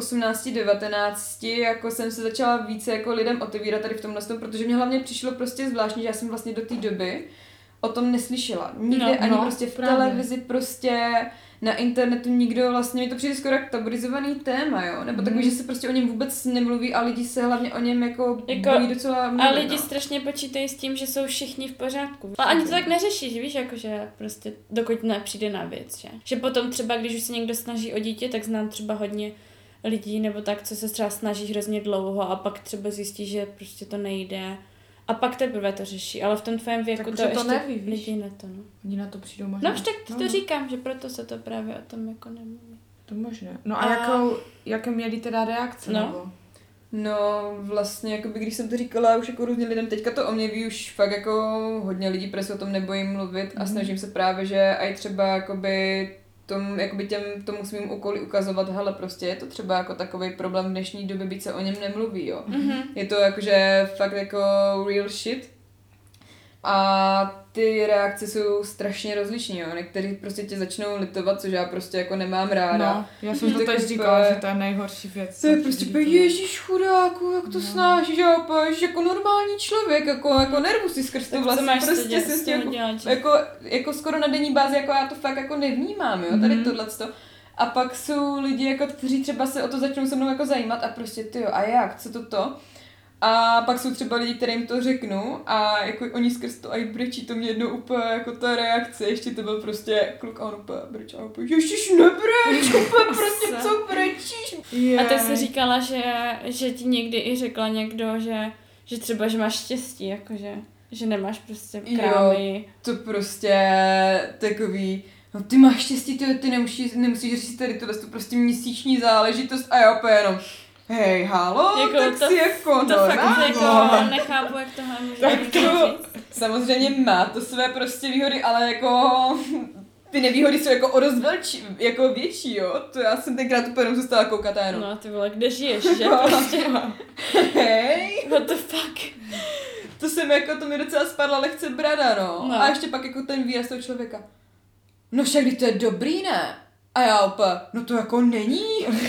Speaker 3: 18-19 jako jsem se začala více jako lidem otevírat tady v tomhle, protože mě hlavně přišlo prostě zvláštní, že já jsem vlastně do té doby o tom neslyšela. Nikde ani prostě v televizi, prostě na internetu nikdo vlastně, mi to přijde skoro jak taburizovaný téma, jo? Nebo takový, že se prostě o něm vůbec nemluví a lidi se hlavně o něm jako bojí docela mluvit,
Speaker 2: a lidi strašně počítají s tím, že jsou všichni v pořádku. A ani to tak neřešíš, víš, jakože prostě dokud nepřijde na věc, že? Že potom třeba, když už se někdo snaží o dítě, tak znám třeba hodně lidí nebo tak, co se třeba snaží hrozně dlouho a pak třeba zjistí, že prostě to nejde. A pak teprve to řeší, ale v tom tvém věku
Speaker 1: tak
Speaker 2: to ještě
Speaker 1: neví,
Speaker 2: lidi na to, no.
Speaker 1: Oni na to přijdou možná.
Speaker 2: No, tak to říkám, že proto se to právě o tom jako nemluví.
Speaker 1: To možné. No a jaké měli teda reakce?
Speaker 2: No.
Speaker 1: Nebo?
Speaker 3: No vlastně, jakoby, když jsem to říkala už jako různě lidem, teďka to o mě ví už fakt jako hodně lidí, protože se o tom nebojím mluvit a snažím se právě, že aj třeba jakoby tom, jakoby tomu svým okolí ukazovat, hele, prostě je to třeba jako takový problém v dnešní době, byť se o něm nemluví, jo. Je to jakože fakt jako real shit. A ty reakce jsou strašně rozlišní, jo. Někteří prostě tě začnou litovat, což já prostě jako nemám ráda.
Speaker 1: No, já jsem to teď říkala, že to je nejhorší věc.
Speaker 3: To je prostě ježíš chudáku, jak to snášíš, jako normální člověk, jako nervu si skrz to vlastně, prostě si s tím jako skoro na denní bázi, jako já to fakt jako nevnímám, jo, tady tohleto. A pak jsou lidi, jako, kteří třeba se o to začnou se mnou jako zajímat a prostě tyjo, a jak, co to? A pak jsou třeba lidi, kterým to řeknu a jako oni skrz to aj brečí, to mě jednou úplně jako ta reakce, ještě to byl prostě kluk a on úplně brečí a úplně ježiš nebreč, úplně prostě co brečíš.
Speaker 2: A ty jsi říkala, že ti někdy i řekla někdo, že třeba, že máš štěstí, jakože, že nemáš prostě krámy.
Speaker 3: Jo, to prostě takový, no ty máš štěstí, ty nemusíš řešit tady tohle, to prostě měsíční záležitost a já úplně jenom hej, halo,
Speaker 2: jako
Speaker 3: tak
Speaker 2: to,
Speaker 3: si jako
Speaker 2: to fakt jako nechápu, jak tohle může
Speaker 3: to samozřejmě má to své prostě výhody, ale jako ty nevýhody jsou jako o dost jako větší, jo. To já jsem tenkrát úplně zůstala koukat a jenom.
Speaker 2: No ty vole, kde žiješ, že prostě.
Speaker 3: Hej.
Speaker 2: What the fuck.
Speaker 3: To mi docela spadla lehce brada, no. A ještě pak jako ten výraz toho člověka. No však to je dobrý, ne? A já opět, no to jako není.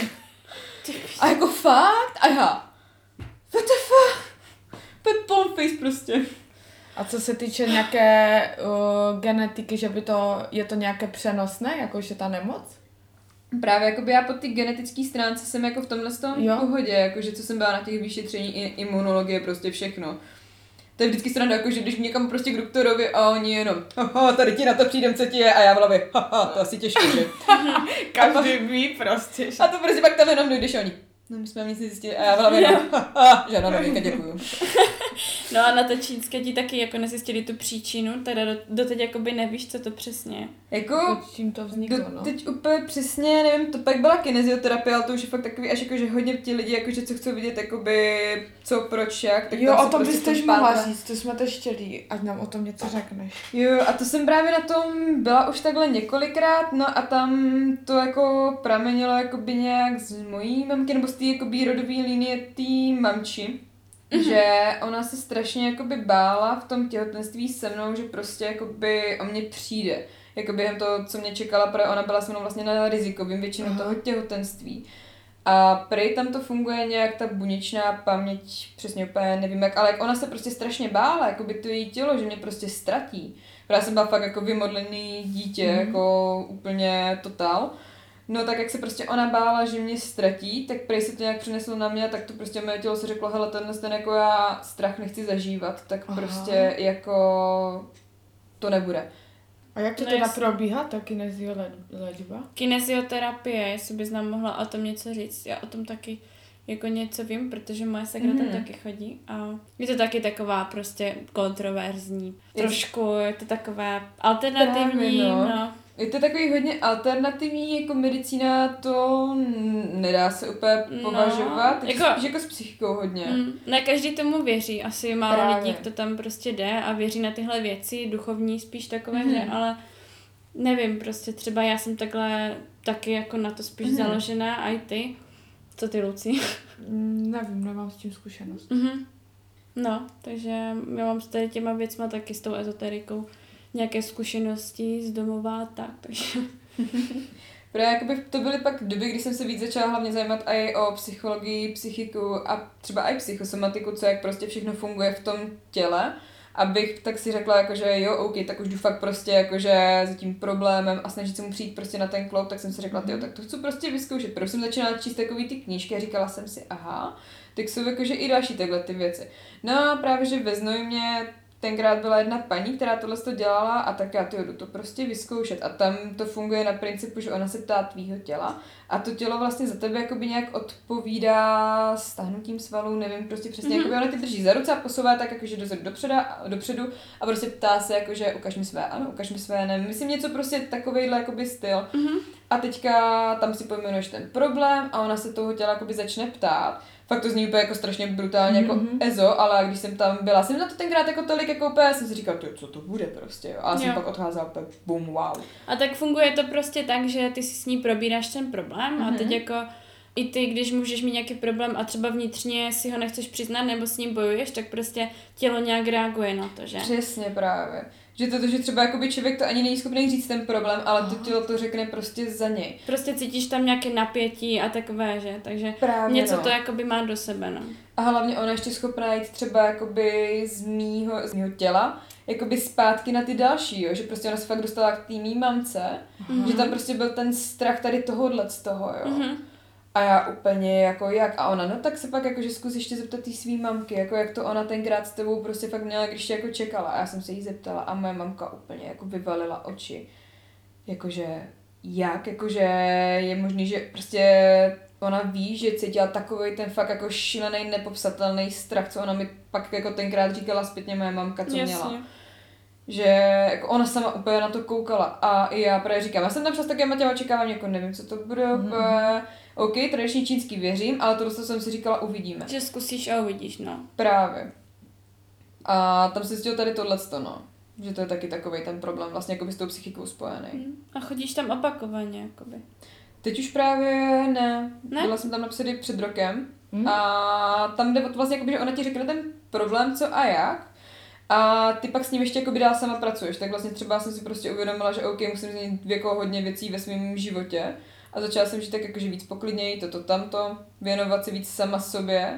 Speaker 3: A jako fakt? A já, what the fuck? Palm face prostě.
Speaker 1: A co se týče nějaké genetiky, že je to nějaké přenosné, jakože ta nemoc?
Speaker 3: Právě jakoby já po té genetické stránce jsem jako v tomhle pohodě, jakože co jsem byla na těch vyšetření, imunologie, prostě všechno. To je vždycky strana, jakože když někam prostě k doktorovi a oni jenom tady ti na to přijdem, co ti je, a já v hlavě, to asi těžké, že?
Speaker 1: Každý ví prostě.
Speaker 3: A to prostě pak tam jenom dojdeš a oni, no my jsme nic nezjistili, a já v hlavě, žádná novinka, děkuju.
Speaker 2: No a na to čínské ti taky jako nezjistili tu příčinu, teda doteď jakoby nevíš, co to přesně.
Speaker 3: Jako,
Speaker 1: čím to vzniklo, no.
Speaker 3: Teď úplně přesně, nevím, to pak byla kinezioterapie, ale to už je fakt takový, až jakože hodně ti lidi, jakože co chcou vidět, jakoby, co, proč, jak. Tak
Speaker 1: jo, o tom
Speaker 3: prostě
Speaker 1: byste mohla říct, to jsme to chtěli, ať nám o tom něco řekneš.
Speaker 3: Jo, a to jsem právě na tom byla už takhle několikrát, no a tam to jako pramenilo jakoby nějak z mojí mamky, nebo z té jakoby rodové linie té mamči. Že ona se strašně jakoby bála v tom těhotenství se mnou, že prostě jakoby o mě přijde. Jako během toho, co mě čekala, protože ona byla se mnou vlastně na rizikovým většinou toho těhotenství. A prej tam to funguje nějak ta buněčná paměť, přesně úplně nevím jak, ale jak ona se prostě strašně bála, jakoby to její tělo, že mě prostě ztratí. Protože já jsem byla fakt jako vymodlený dítě, jako úplně totál. No tak jak se prostě ona bála, že mě ztratí, tak prej se to nějak přineslo na mě, tak to prostě moje tělo se řeklo, hele, ten jako já strach nechci zažívat, tak prostě jako to nebude.
Speaker 1: A jak to teda probíhá, ta kineziolečba?
Speaker 2: Kinezioterapie, jestli bys nám mohla o tom něco říct. Já o tom taky jako něco vím, protože moje segra tam taky chodí a je to taky taková prostě kontroverzní. Trošku je to takové alternativní, no.
Speaker 3: Je to takový hodně alternativní, jako medicína to nedá se úplně považovat, jako s psychikou hodně.
Speaker 2: Ne každý tomu věří, asi málo lidí, kdo tam prostě jde a věří na tyhle věci, duchovní spíš takové hře, ale nevím, prostě třeba já jsem takhle taky jako na to spíš založená, a i ty. Co ty, Luci?
Speaker 1: Nevím, nemám s tím zkušenost.
Speaker 2: No, takže já mám s tady těma věcma taky s tou ezoterikou nějaké zkušenosti z domova a tak, takže...
Speaker 3: Protože jakoby to byly pak doby, kdy jsem se víc začala hlavně zajímat i o psychologii, psychiku a třeba i psychosomatiku, co jak prostě všechno funguje v tom těle, abych tak si řekla, jakože jo, OK, tak už jdu fakt prostě jakože za tím problémem a snažit se mu přijít prostě na ten kloub, tak jsem si řekla, tyjo, tak to chci prostě vyzkoušet. Protože jsem začínala číst takový ty knížky a říkala jsem si, aha, tak jsou jakože i další takhle ty věci. No a právě, že ve Znojmě tenkrát byla jedna paní, která tohle to dělala a tak já jdu to prostě vyzkoušet a tam to funguje na principu, že ona se ptá tvýho těla a to tělo vlastně za tebe jakoby nějak odpovídá stáhnutím svalů, nevím prostě přesně, jakoby ona ty drží za ruce a posouvá tak jakože dopředu a prostě ptá se jakože ukaž mi své, ano, ukaž mi své, nevím, myslím něco prostě takovejhle jakoby styl. a teďka tam si pojmenuješ ten problém a ona se toho těla jakoby začne ptát. Fakt to zní úplně jako strašně brutálně, jako ezo, ale když jsem tam byla, jsem na to tenkrát jako tolik, jako úplně, jsem si říkala, co to bude prostě, jo. A jsem pak odcházela úplně bum, wow.
Speaker 2: A tak funguje to prostě tak, že ty si s ní probíráš ten problém a teď jako i ty, když můžeš mít nějaký problém a třeba vnitřně si ho nechceš přiznat nebo s ním bojuješ, tak prostě tělo nějak reaguje na to, že?
Speaker 3: Přesně právě. Že že třeba jakoby člověk to ani není schopný říct ten problém, ale to tělo to řekne prostě za něj.
Speaker 2: Prostě cítíš tam nějaké napětí a takové, že? Takže
Speaker 3: právě
Speaker 2: něco to jakoby má do sebe, no.
Speaker 3: A hlavně ona ještě schopná jít třeba jakoby z mýho těla jakoby zpátky na ty další, jo? Že prostě ona se fakt dostala k té mý mamce, že tam prostě byl ten strach tady tohodle z toho, jo. A já úplně jako jak? A ona, no tak se pak jakože zkus ještě zeptat té svý mamky, jako jak to ona tenkrát s tebou prostě fakt měla, když tě jako čekala. A já jsem se jí zeptala a moje mamka úplně jako vyvalila oči. Jakože jak? Jakože je možný, že prostě ona ví, že cítila takovej ten fakt jako šílený, nepopsatelný strach, co ona mi pak jako tenkrát říkala zpětně moje mamka, co měla. Že jako ona sama úplně na to koukala a i já právě říkám, já jsem tam přes také těma očekávám, jako nevím, co to bude, OK, tradiční čínský věřím, ale to jsem si říkala, uvidíme.
Speaker 2: Že zkusíš a uvidíš, no.
Speaker 3: Právě. A tam se zjistil tady tohleto, no. Že to je taky takovej ten problém, vlastně jako by s tou psychikou spojený.
Speaker 2: A chodíš tam opakovaně, jakoby.
Speaker 3: Teď už právě ne. Byla jsem tam například před rokem a tam jde o to vlastně, jakoby, že ona ti řekne ten problém, co a jak. A ty pak s ním ještě jakoby dál sama pracuješ, tak vlastně třeba jsem si prostě uvědomila, že OK, musím změnit jako hodně věcí ve svém životě a začala jsem žít tak jakože víc poklidněji, tamto, věnovat se víc sama sobě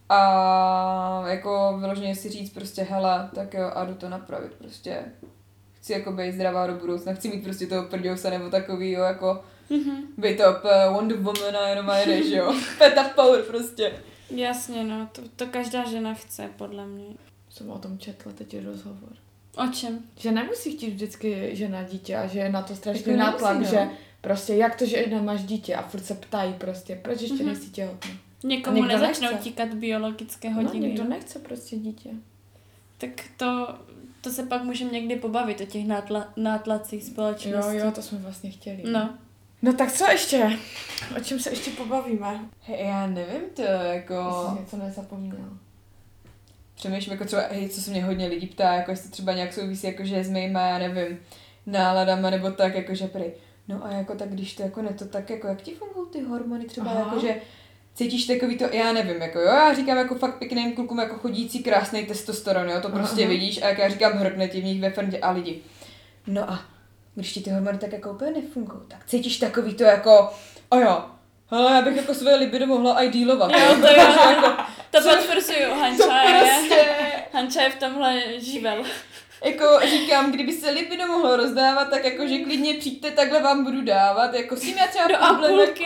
Speaker 3: a jako vyloženě si říct prostě hele, tak jo, a jdu to napravit prostě. Chci jako být zdravá do budoucna, chci mít prostě toho prděusa nebo takový, jo, jako být to Wonder Woman a jenom a jedeš, jo, peta power prostě.
Speaker 2: Jasně, no, to každá žena chce, podle mě.
Speaker 1: Jsem o tom četla, teď je rozhovor.
Speaker 2: O čem?
Speaker 1: Že nemusí chtít vždycky žena dítě a že je na to strašný
Speaker 3: jako
Speaker 1: nátlak,
Speaker 3: nemusí,
Speaker 1: že prostě jak to, že nemáš dítě a furt se ptají prostě, proč ještě nejsi těhotná.
Speaker 2: Někomu nezačnou tíkat biologické hodiny.
Speaker 1: No, někdo nechce prostě dítě.
Speaker 2: Tak to se pak můžeme někdy pobavit o těch nátlacích společností.
Speaker 1: Jo, to jsme vlastně chtěli.
Speaker 2: No
Speaker 1: tak co ještě? O čem se ještě pobavíme?
Speaker 3: Hej, já nevím to, jako...
Speaker 1: Jsi něco nezapomněla.
Speaker 3: Přemýšlím, jako třeba, hej, co se mě hodně lidí ptá, jako jestli třeba nějak souvisí, jakože s mýma, já nevím, náladama nebo tak, jakože prej. No a jako tak, když to jako ne to tak, jako jak ti fungují ty hormony třeba, jakože cítíš takový to, já nevím, jako jo, já říkám jako fakt pěkným klukům jako chodící krásný testosteron, jo, to prostě vidíš a jak já říkám hrkne ti v nich ve frntě a lidi. No a když ti ty hormony tak jako úplně nefungují, tak cítíš takový to jako, jo, hele, já bych jako své libido mohla i dealovat.
Speaker 2: Jo, to jo, jako, to potvrzuju,
Speaker 3: prostě...
Speaker 2: Hanča je v tomhle živel.
Speaker 3: Jako říkám, kdyby se libido mohlo rozdávat, tak jakože klidně přijďte, takhle vám budu dávat, jako s tím já třeba
Speaker 2: do ampulky.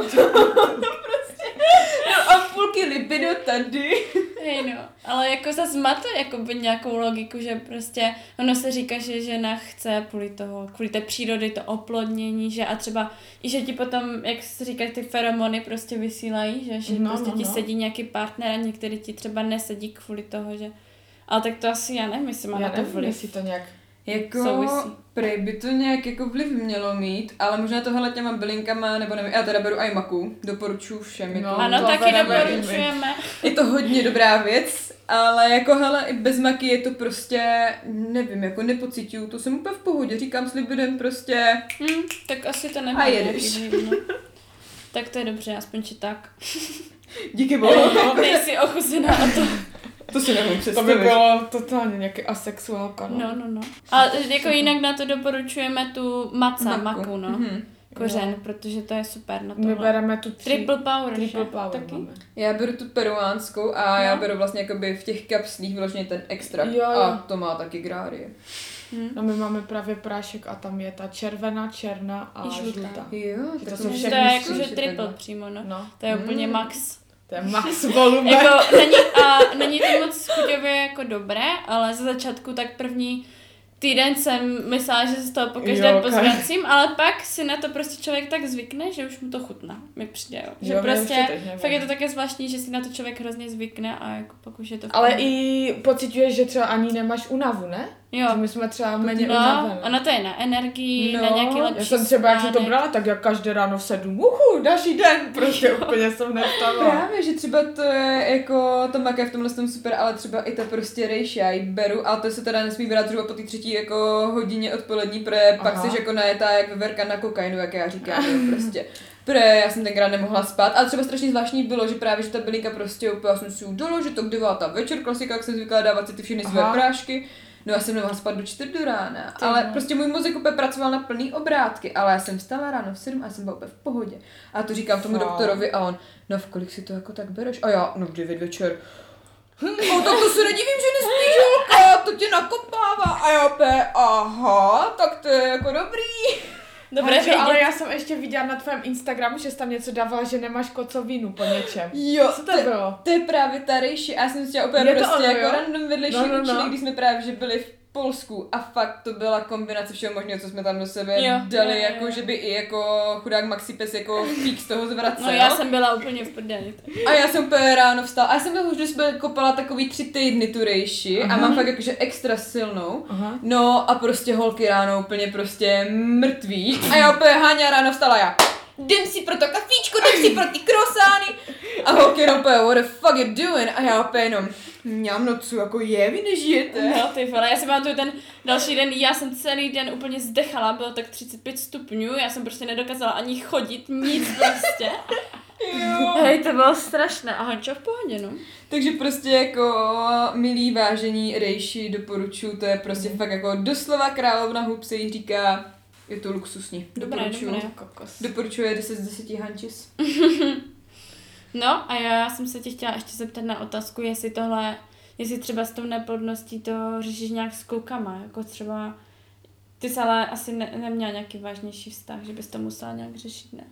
Speaker 3: Do ampulky libido tady.
Speaker 2: Hej no, ale jako zase má to jakoby nějakou logiku, že prostě ono se říká, že žena chce kvůli té přírody, to oplodnění, že a třeba i že ti potom, jak se říká, ty feromony prostě vysílají, že prostě ti sedí nějaký partner a některý ti třeba nesedí kvůli toho, že ale tak to asi já nevím, jestli má na to vliv.
Speaker 1: Jestli to nějak
Speaker 3: jako prej by to nějak jako vliv mělo mít, ale možná tohle těma bylinkama, nebo nevím, já teda beru i maku, doporučuji všem. Je to,
Speaker 2: ano, taky doporučujeme.
Speaker 3: Je to hodně dobrá věc, ale jako hele, i bez maky je to prostě, nevím, jako nepociťuju, to jsem úplně v pohodě, říkám s libidem prostě.
Speaker 2: Tak asi to nemá.
Speaker 3: A jedeš.
Speaker 2: Tak to je dobře, aspoň či tak.
Speaker 3: Díky bohu.
Speaker 2: Nejsi ochuzená o to.
Speaker 3: To si nevím představit.
Speaker 1: To by bylo totálně nějaký asexuálka, no.
Speaker 2: No. A jako jinak na to doporučujeme tu maku, no. Kořen, protože to je super na tohle.
Speaker 1: My bereme tu
Speaker 2: Triple Power
Speaker 1: taky.
Speaker 2: Máme.
Speaker 3: Já beru tu peruánskou a já beru vlastně jakoby v těch kapslích vyloženě ten extrakt.
Speaker 1: Jo.
Speaker 3: A to má taky grády.
Speaker 1: No my máme právě prášek a tam je ta červená, černá a žlutá.
Speaker 3: Jo,
Speaker 1: to
Speaker 3: jsou
Speaker 1: všechny.
Speaker 2: To je jakože triple přímo, no. To je úplně max.
Speaker 1: To je max volume.
Speaker 2: Jako, není to moc chuťově jako dobré, ale za začátku tak první týden jsem myslela, že se z toho pokaždé pozvracím, ale pak si na to prostě člověk tak zvykne, že už mu to chutná, mi přijde, jo. Že prostě, fakt je to také zvláštní, že si na to člověk hrozně zvykne a jako pak už je to
Speaker 1: Ale i pociťuješ, že třeba ani nemáš únavu, ne?
Speaker 2: Jo.
Speaker 1: Že my jsme třeba méně unavené.
Speaker 2: Ono to je na energii, na nějaký lepší
Speaker 1: Já jsem třeba, jak jsem to
Speaker 2: spánek.
Speaker 1: brala, tak jak každé ráno v 7, další den, prostě úplně jsem nevstala.
Speaker 3: Právě, že třeba to je jako, ta maka je v tomhle tom super, ale třeba i ta prostě rejši, já ji beru, ale to se teda nesmí brát třeba po té 3. jako hodině odpolední, protože pak jsi jako najetá jak veverka na kokainu, jak já říkám, jo, prostě. Já jsem tenkrát nemohla spát, ale třeba strašně zvláštní bylo, že právě, že ta bylinka prostě úplně, já jsem si udala, že to 9. večer, klasika, jak jsem zvykla dávat si ty všechny své prášky. No já jsem nemohla spát do 4 do rána, ale prostě můj mozek úplně pracoval na plný obrátky, ale já jsem vstala ráno v 7 a jsem byla úplně v pohodě. A to říkám tomu doktorovi a on, no v kolik si to jako tak bereš? A já, no v 9 večer. No tak to se nedivím, že nespíš, holka, to tě nakopává. A já úplně, aha, tak to je jako dobrý.
Speaker 2: Dobré
Speaker 1: Hančo,
Speaker 2: vědět.
Speaker 1: ale já jsem ještě viděla na tvém Instagramu, že jsi tam něco dávala, že nemáš kocovinu po něčem.
Speaker 3: Jo,
Speaker 1: Co to bylo?
Speaker 3: To je právě ta rejši a já jsem si chtěla úplně
Speaker 1: Je to
Speaker 3: prostě
Speaker 1: ono,
Speaker 3: jako
Speaker 1: jo?
Speaker 3: random vedlejší účinek, když jsme právě že byli v Polsku a fakt to byla kombinace všeho možného, co jsme tam do sebe dali, jako že by i jako chudák Maxi pes jako fík z toho zvracel.
Speaker 2: No já jsem byla úplně v prdeli.
Speaker 3: A já jsem úplně ráno vstala a já jsem byla už, že jsme kopala takový 3 týdny tu rejši a mám fakt jakože extra silnou.
Speaker 1: Aha.
Speaker 3: No a prostě holky ráno úplně prostě mrtví a já úplně Háňa ráno vstala já. Jdem si pro to kafíčko, jdem si pro ty krosány. A holky jenom úplně, what the fuck you doing? A já úplně jenom, no co jako je, vy nežijete.
Speaker 2: No ty vole, já si pamatuju ten další den, já jsem celý den úplně zdechala, bylo tak 35 stupňů, já jsem prostě nedokázala ani chodit, nic prostě.
Speaker 3: Jo.
Speaker 2: Hej, to bylo strašné. A Hančo v pohodě, no.
Speaker 3: Takže prostě jako milí vážení rejši doporučuju, to je prostě fakt jako doslova královna hub se jí říká, je to luxusní. Doporučuju.
Speaker 2: Dobré.
Speaker 3: Doporučuje 10 z 10 Hančis.
Speaker 2: No a já jsem se tě chtěla ještě zeptat na otázku, jestli třeba s tou neplodností to řešíš nějak s klukama, jako třeba ty jsi ale asi neměla nějaký vážnější vztah, že bys to musela nějak řešit, ne?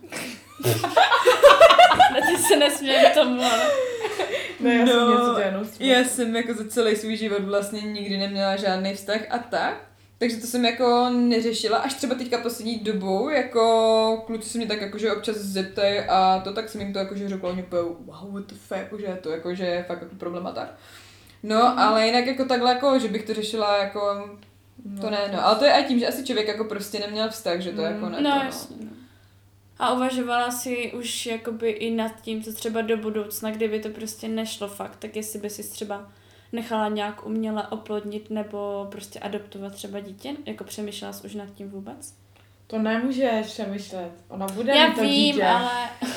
Speaker 2: Ne, ty se nesměješ tomu, ale...
Speaker 1: No, já jsem něco dělanou.
Speaker 3: Já jsem jako za celý svůj život vlastně nikdy neměla žádný vztah a tak. Takže to jsem jako neřešila, až třeba teďka poslední dobou, jako kluci se mě tak jakože občas zeptají a to tak jsem jim to jakože řekla, oni úplně wow, what the fuck, jakože je to jakože fakt jako problém a tak. No, ale jinak jako takhle jako, že bych to řešila jako, to ne, no. Ale to je i tím, že asi člověk jako prostě neměl vztah, že to jako ne.
Speaker 2: No,
Speaker 3: to,
Speaker 2: jasně. No. A uvažovala jsi už jakoby i nad tím, co třeba do budoucna, kdyby to prostě nešlo fakt, tak jestli by si třeba nechala nějak uměle oplodnit nebo prostě adoptovat třeba dítě? Jako přemýšlela jsi už nad tím vůbec?
Speaker 1: To nemůžeš přemýšlet. Ona bude
Speaker 2: Já
Speaker 1: mít to
Speaker 2: vím,
Speaker 1: dítě.
Speaker 2: ale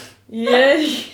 Speaker 1: Jež.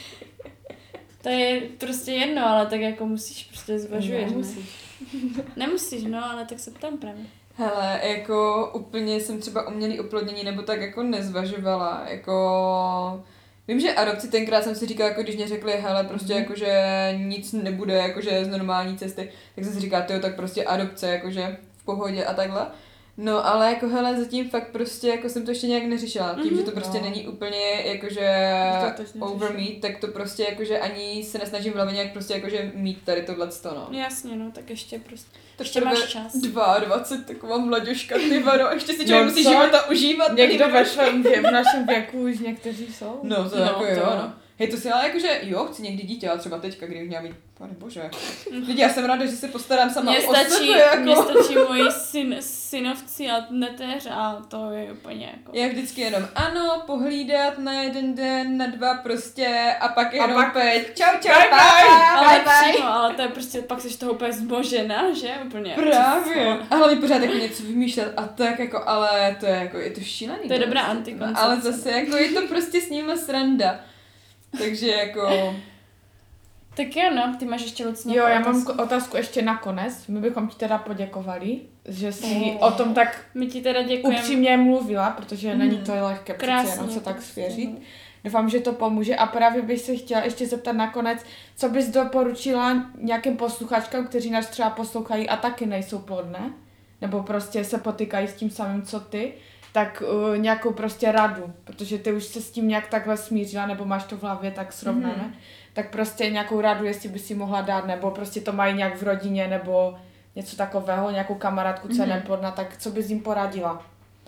Speaker 2: to je prostě jedno, ale tak jako musíš prostě zvažuješ, ne? Nemusíš, no, ale tak se ptám právě.
Speaker 3: Hele, jako úplně jsem třeba umělý oplodnění nebo tak jako nezvažovala, jako... Vím, že adopci tenkrát jsem si říkala, jako když mě řekli, hele, prostě jakože nic nebude, jakože z normální cesty, tak jsem si říkala, tyjo, tak prostě adopce, jakože v pohodě a takhle. No, ale jako hele, zatím fakt prostě, jako jsem to ještě nějak neřešila, tím, že to prostě není úplně, jakože over me, tak to prostě jakože ani se nesnažím v hlavě nějak prostě jakože mít tady tohleto, no.
Speaker 2: Jasně, no, tak ještě prostě,
Speaker 3: Tak
Speaker 2: ještě máš čas.
Speaker 3: 22, taková mladěžka, ty vado, ještě si člověk musí života užívat.
Speaker 1: Někdo v našem věku už někteří jsou.
Speaker 3: No, to jako jo, no. Hej, to si ale jakože, jo, chci někdy dítě, ale třeba teďka, kdy měla mít, pane bože. Lidi, já jsem ráda, že se postarám sama o sebe, jako.
Speaker 2: Mně stačí moji synovci a neteř a to je úplně jako...
Speaker 3: Já vždycky jenom, ano, pohlídat na 1 den, na 2 prostě a pak jenom pět. Čau,
Speaker 2: Ale přímo, ale to je prostě, pak jsi toho úplně zbožená, že? Úplně.
Speaker 3: Právě. A hlavně pořád jako něco vymýšlet a tak jako, ale to je jako, je to šílený.
Speaker 2: To je dobrá antikoncepce.
Speaker 3: Ale zase jako je to prostě s ním sranda. Takže jako...
Speaker 2: Tak jo, no, ty máš ještě Luci
Speaker 1: Jo, já mám otázku ještě nakonec. My bychom ti teda poděkovali, že jsi o tom tak
Speaker 2: my ti teda děkujeme.
Speaker 1: upřímně mluvila, protože není to lehké přece jenom se tak svěřit. Doufám, že to pomůže a právě bych se chtěla ještě zeptat nakonec, co bys doporučila nějakým posluchačkám, kteří nás třeba poslouchají a taky nejsou plodné, nebo prostě se potýkají s tím samým, co ty, tak nějakou prostě radu, protože ty už se s tím nějak takhle smířila, nebo máš to v hlavě tak srovnané, tak prostě nějakou radu, jestli by si mohla dát, nebo prostě to mají nějak v rodině, nebo něco takového, nějakou kamarádku, co je neplodná, tak co bys jim poradila?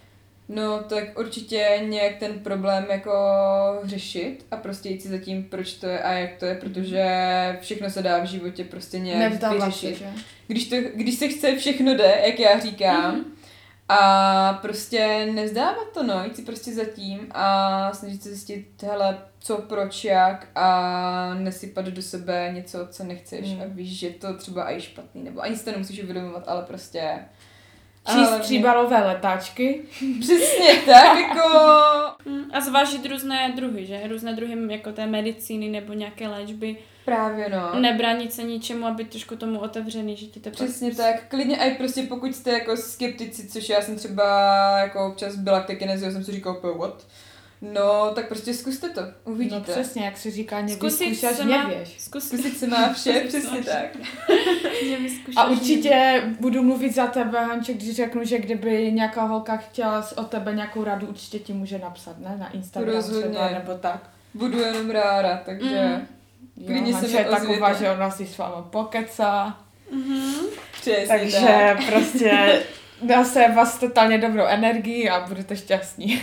Speaker 3: No, tak určitě nějak ten problém jako řešit a prostě jít si za tím, proč to je a jak to je, protože všechno se dá v životě prostě nějak vyřešit. Když se chce, všechno jde, jak já říkám. A prostě nevzdávat to, no, jít si prostě za tím a snažit se zjistit, hele, co, proč, jak a nesypat do sebe něco, co nechceš a víš, že to třeba i špatný, nebo ani si to nemusíš uvědomovat, ale prostě...
Speaker 1: Číst příbalové letáčky.
Speaker 3: Přesně tak, jako...
Speaker 2: A zvážit různé druhy, že? Různé druhy jako té medicíny nebo nějaké léčby.
Speaker 3: Právě, no.
Speaker 2: Nebránit se ničemu a být trošku tomu otevřený, že ti to
Speaker 3: přesně tak. Klidně i prostě pokud jste jako skeptici, což já jsem třeba jako občas byla k té kinezii, jsem si říkala, what? No, tak prostě zkuste to, uvidíte.
Speaker 1: No přesně, jak se říká, nevyzkoušíš, nevěš.
Speaker 3: Zkusit se má vše, přesně tak.
Speaker 1: A určitě budu mluvit za tebe, Hančo, když řeknu, že kdyby nějaká holka chtěla od tebe nějakou radu, určitě ti může napsat, ne? Na Instagram třeba, nebo tak.
Speaker 3: Budu jenom ráda, takže klidně se mi ozvěte.
Speaker 1: Taková, že ona si s váma pokecá.
Speaker 3: Přesně
Speaker 1: takže
Speaker 3: tak.
Speaker 1: prostě dá se vás totálně dobrou energii a budete šťastní.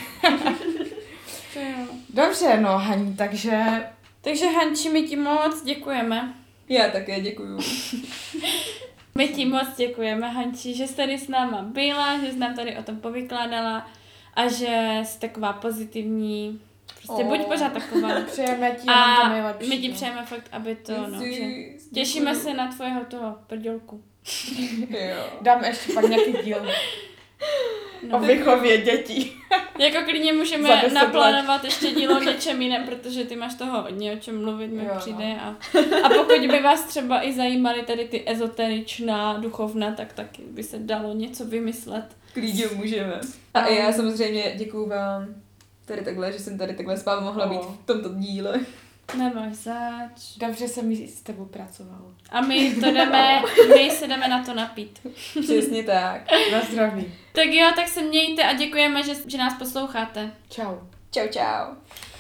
Speaker 1: Dobře, no Haní, takže
Speaker 2: Hanči, my ti moc děkujeme.
Speaker 3: Já také děkuju.
Speaker 2: My ti moc děkujeme, Hanči, že jsi tady s náma byla, že jsi nám tady o tom povykládala a že jsi taková pozitivní. Prostě buď pořád taková.
Speaker 1: Přejeme ti jenom to nejlepší.
Speaker 2: My ti přejeme fakt, aby to, těšíme se na tvojho toho prdělku.
Speaker 1: Dám ještě pak nějaký díl. O výchově dětí.
Speaker 2: Jako klidně můžeme naplánovat ještě dílo o něčem jiném, protože ty máš toho hodně o čem mluvit, mi přijde. A pokud by vás třeba i zajímaly tady ty ezoteričná duchovna, tak taky by se dalo něco vymyslet.
Speaker 3: Klidně můžeme. A já samozřejmě děkuju vám tady takhle, že jsem tady takhle s vámi mohla být v tomto díle.
Speaker 2: Nemáš zač.
Speaker 1: Dobře se mi s tebou pracovalo.
Speaker 2: A my se jdeme na to napít.
Speaker 3: Přesně tak.
Speaker 1: Na zdraví.
Speaker 2: Tak jo, tak se mějte a děkujeme, že nás posloucháte.
Speaker 1: Čau.
Speaker 3: Čau, čau.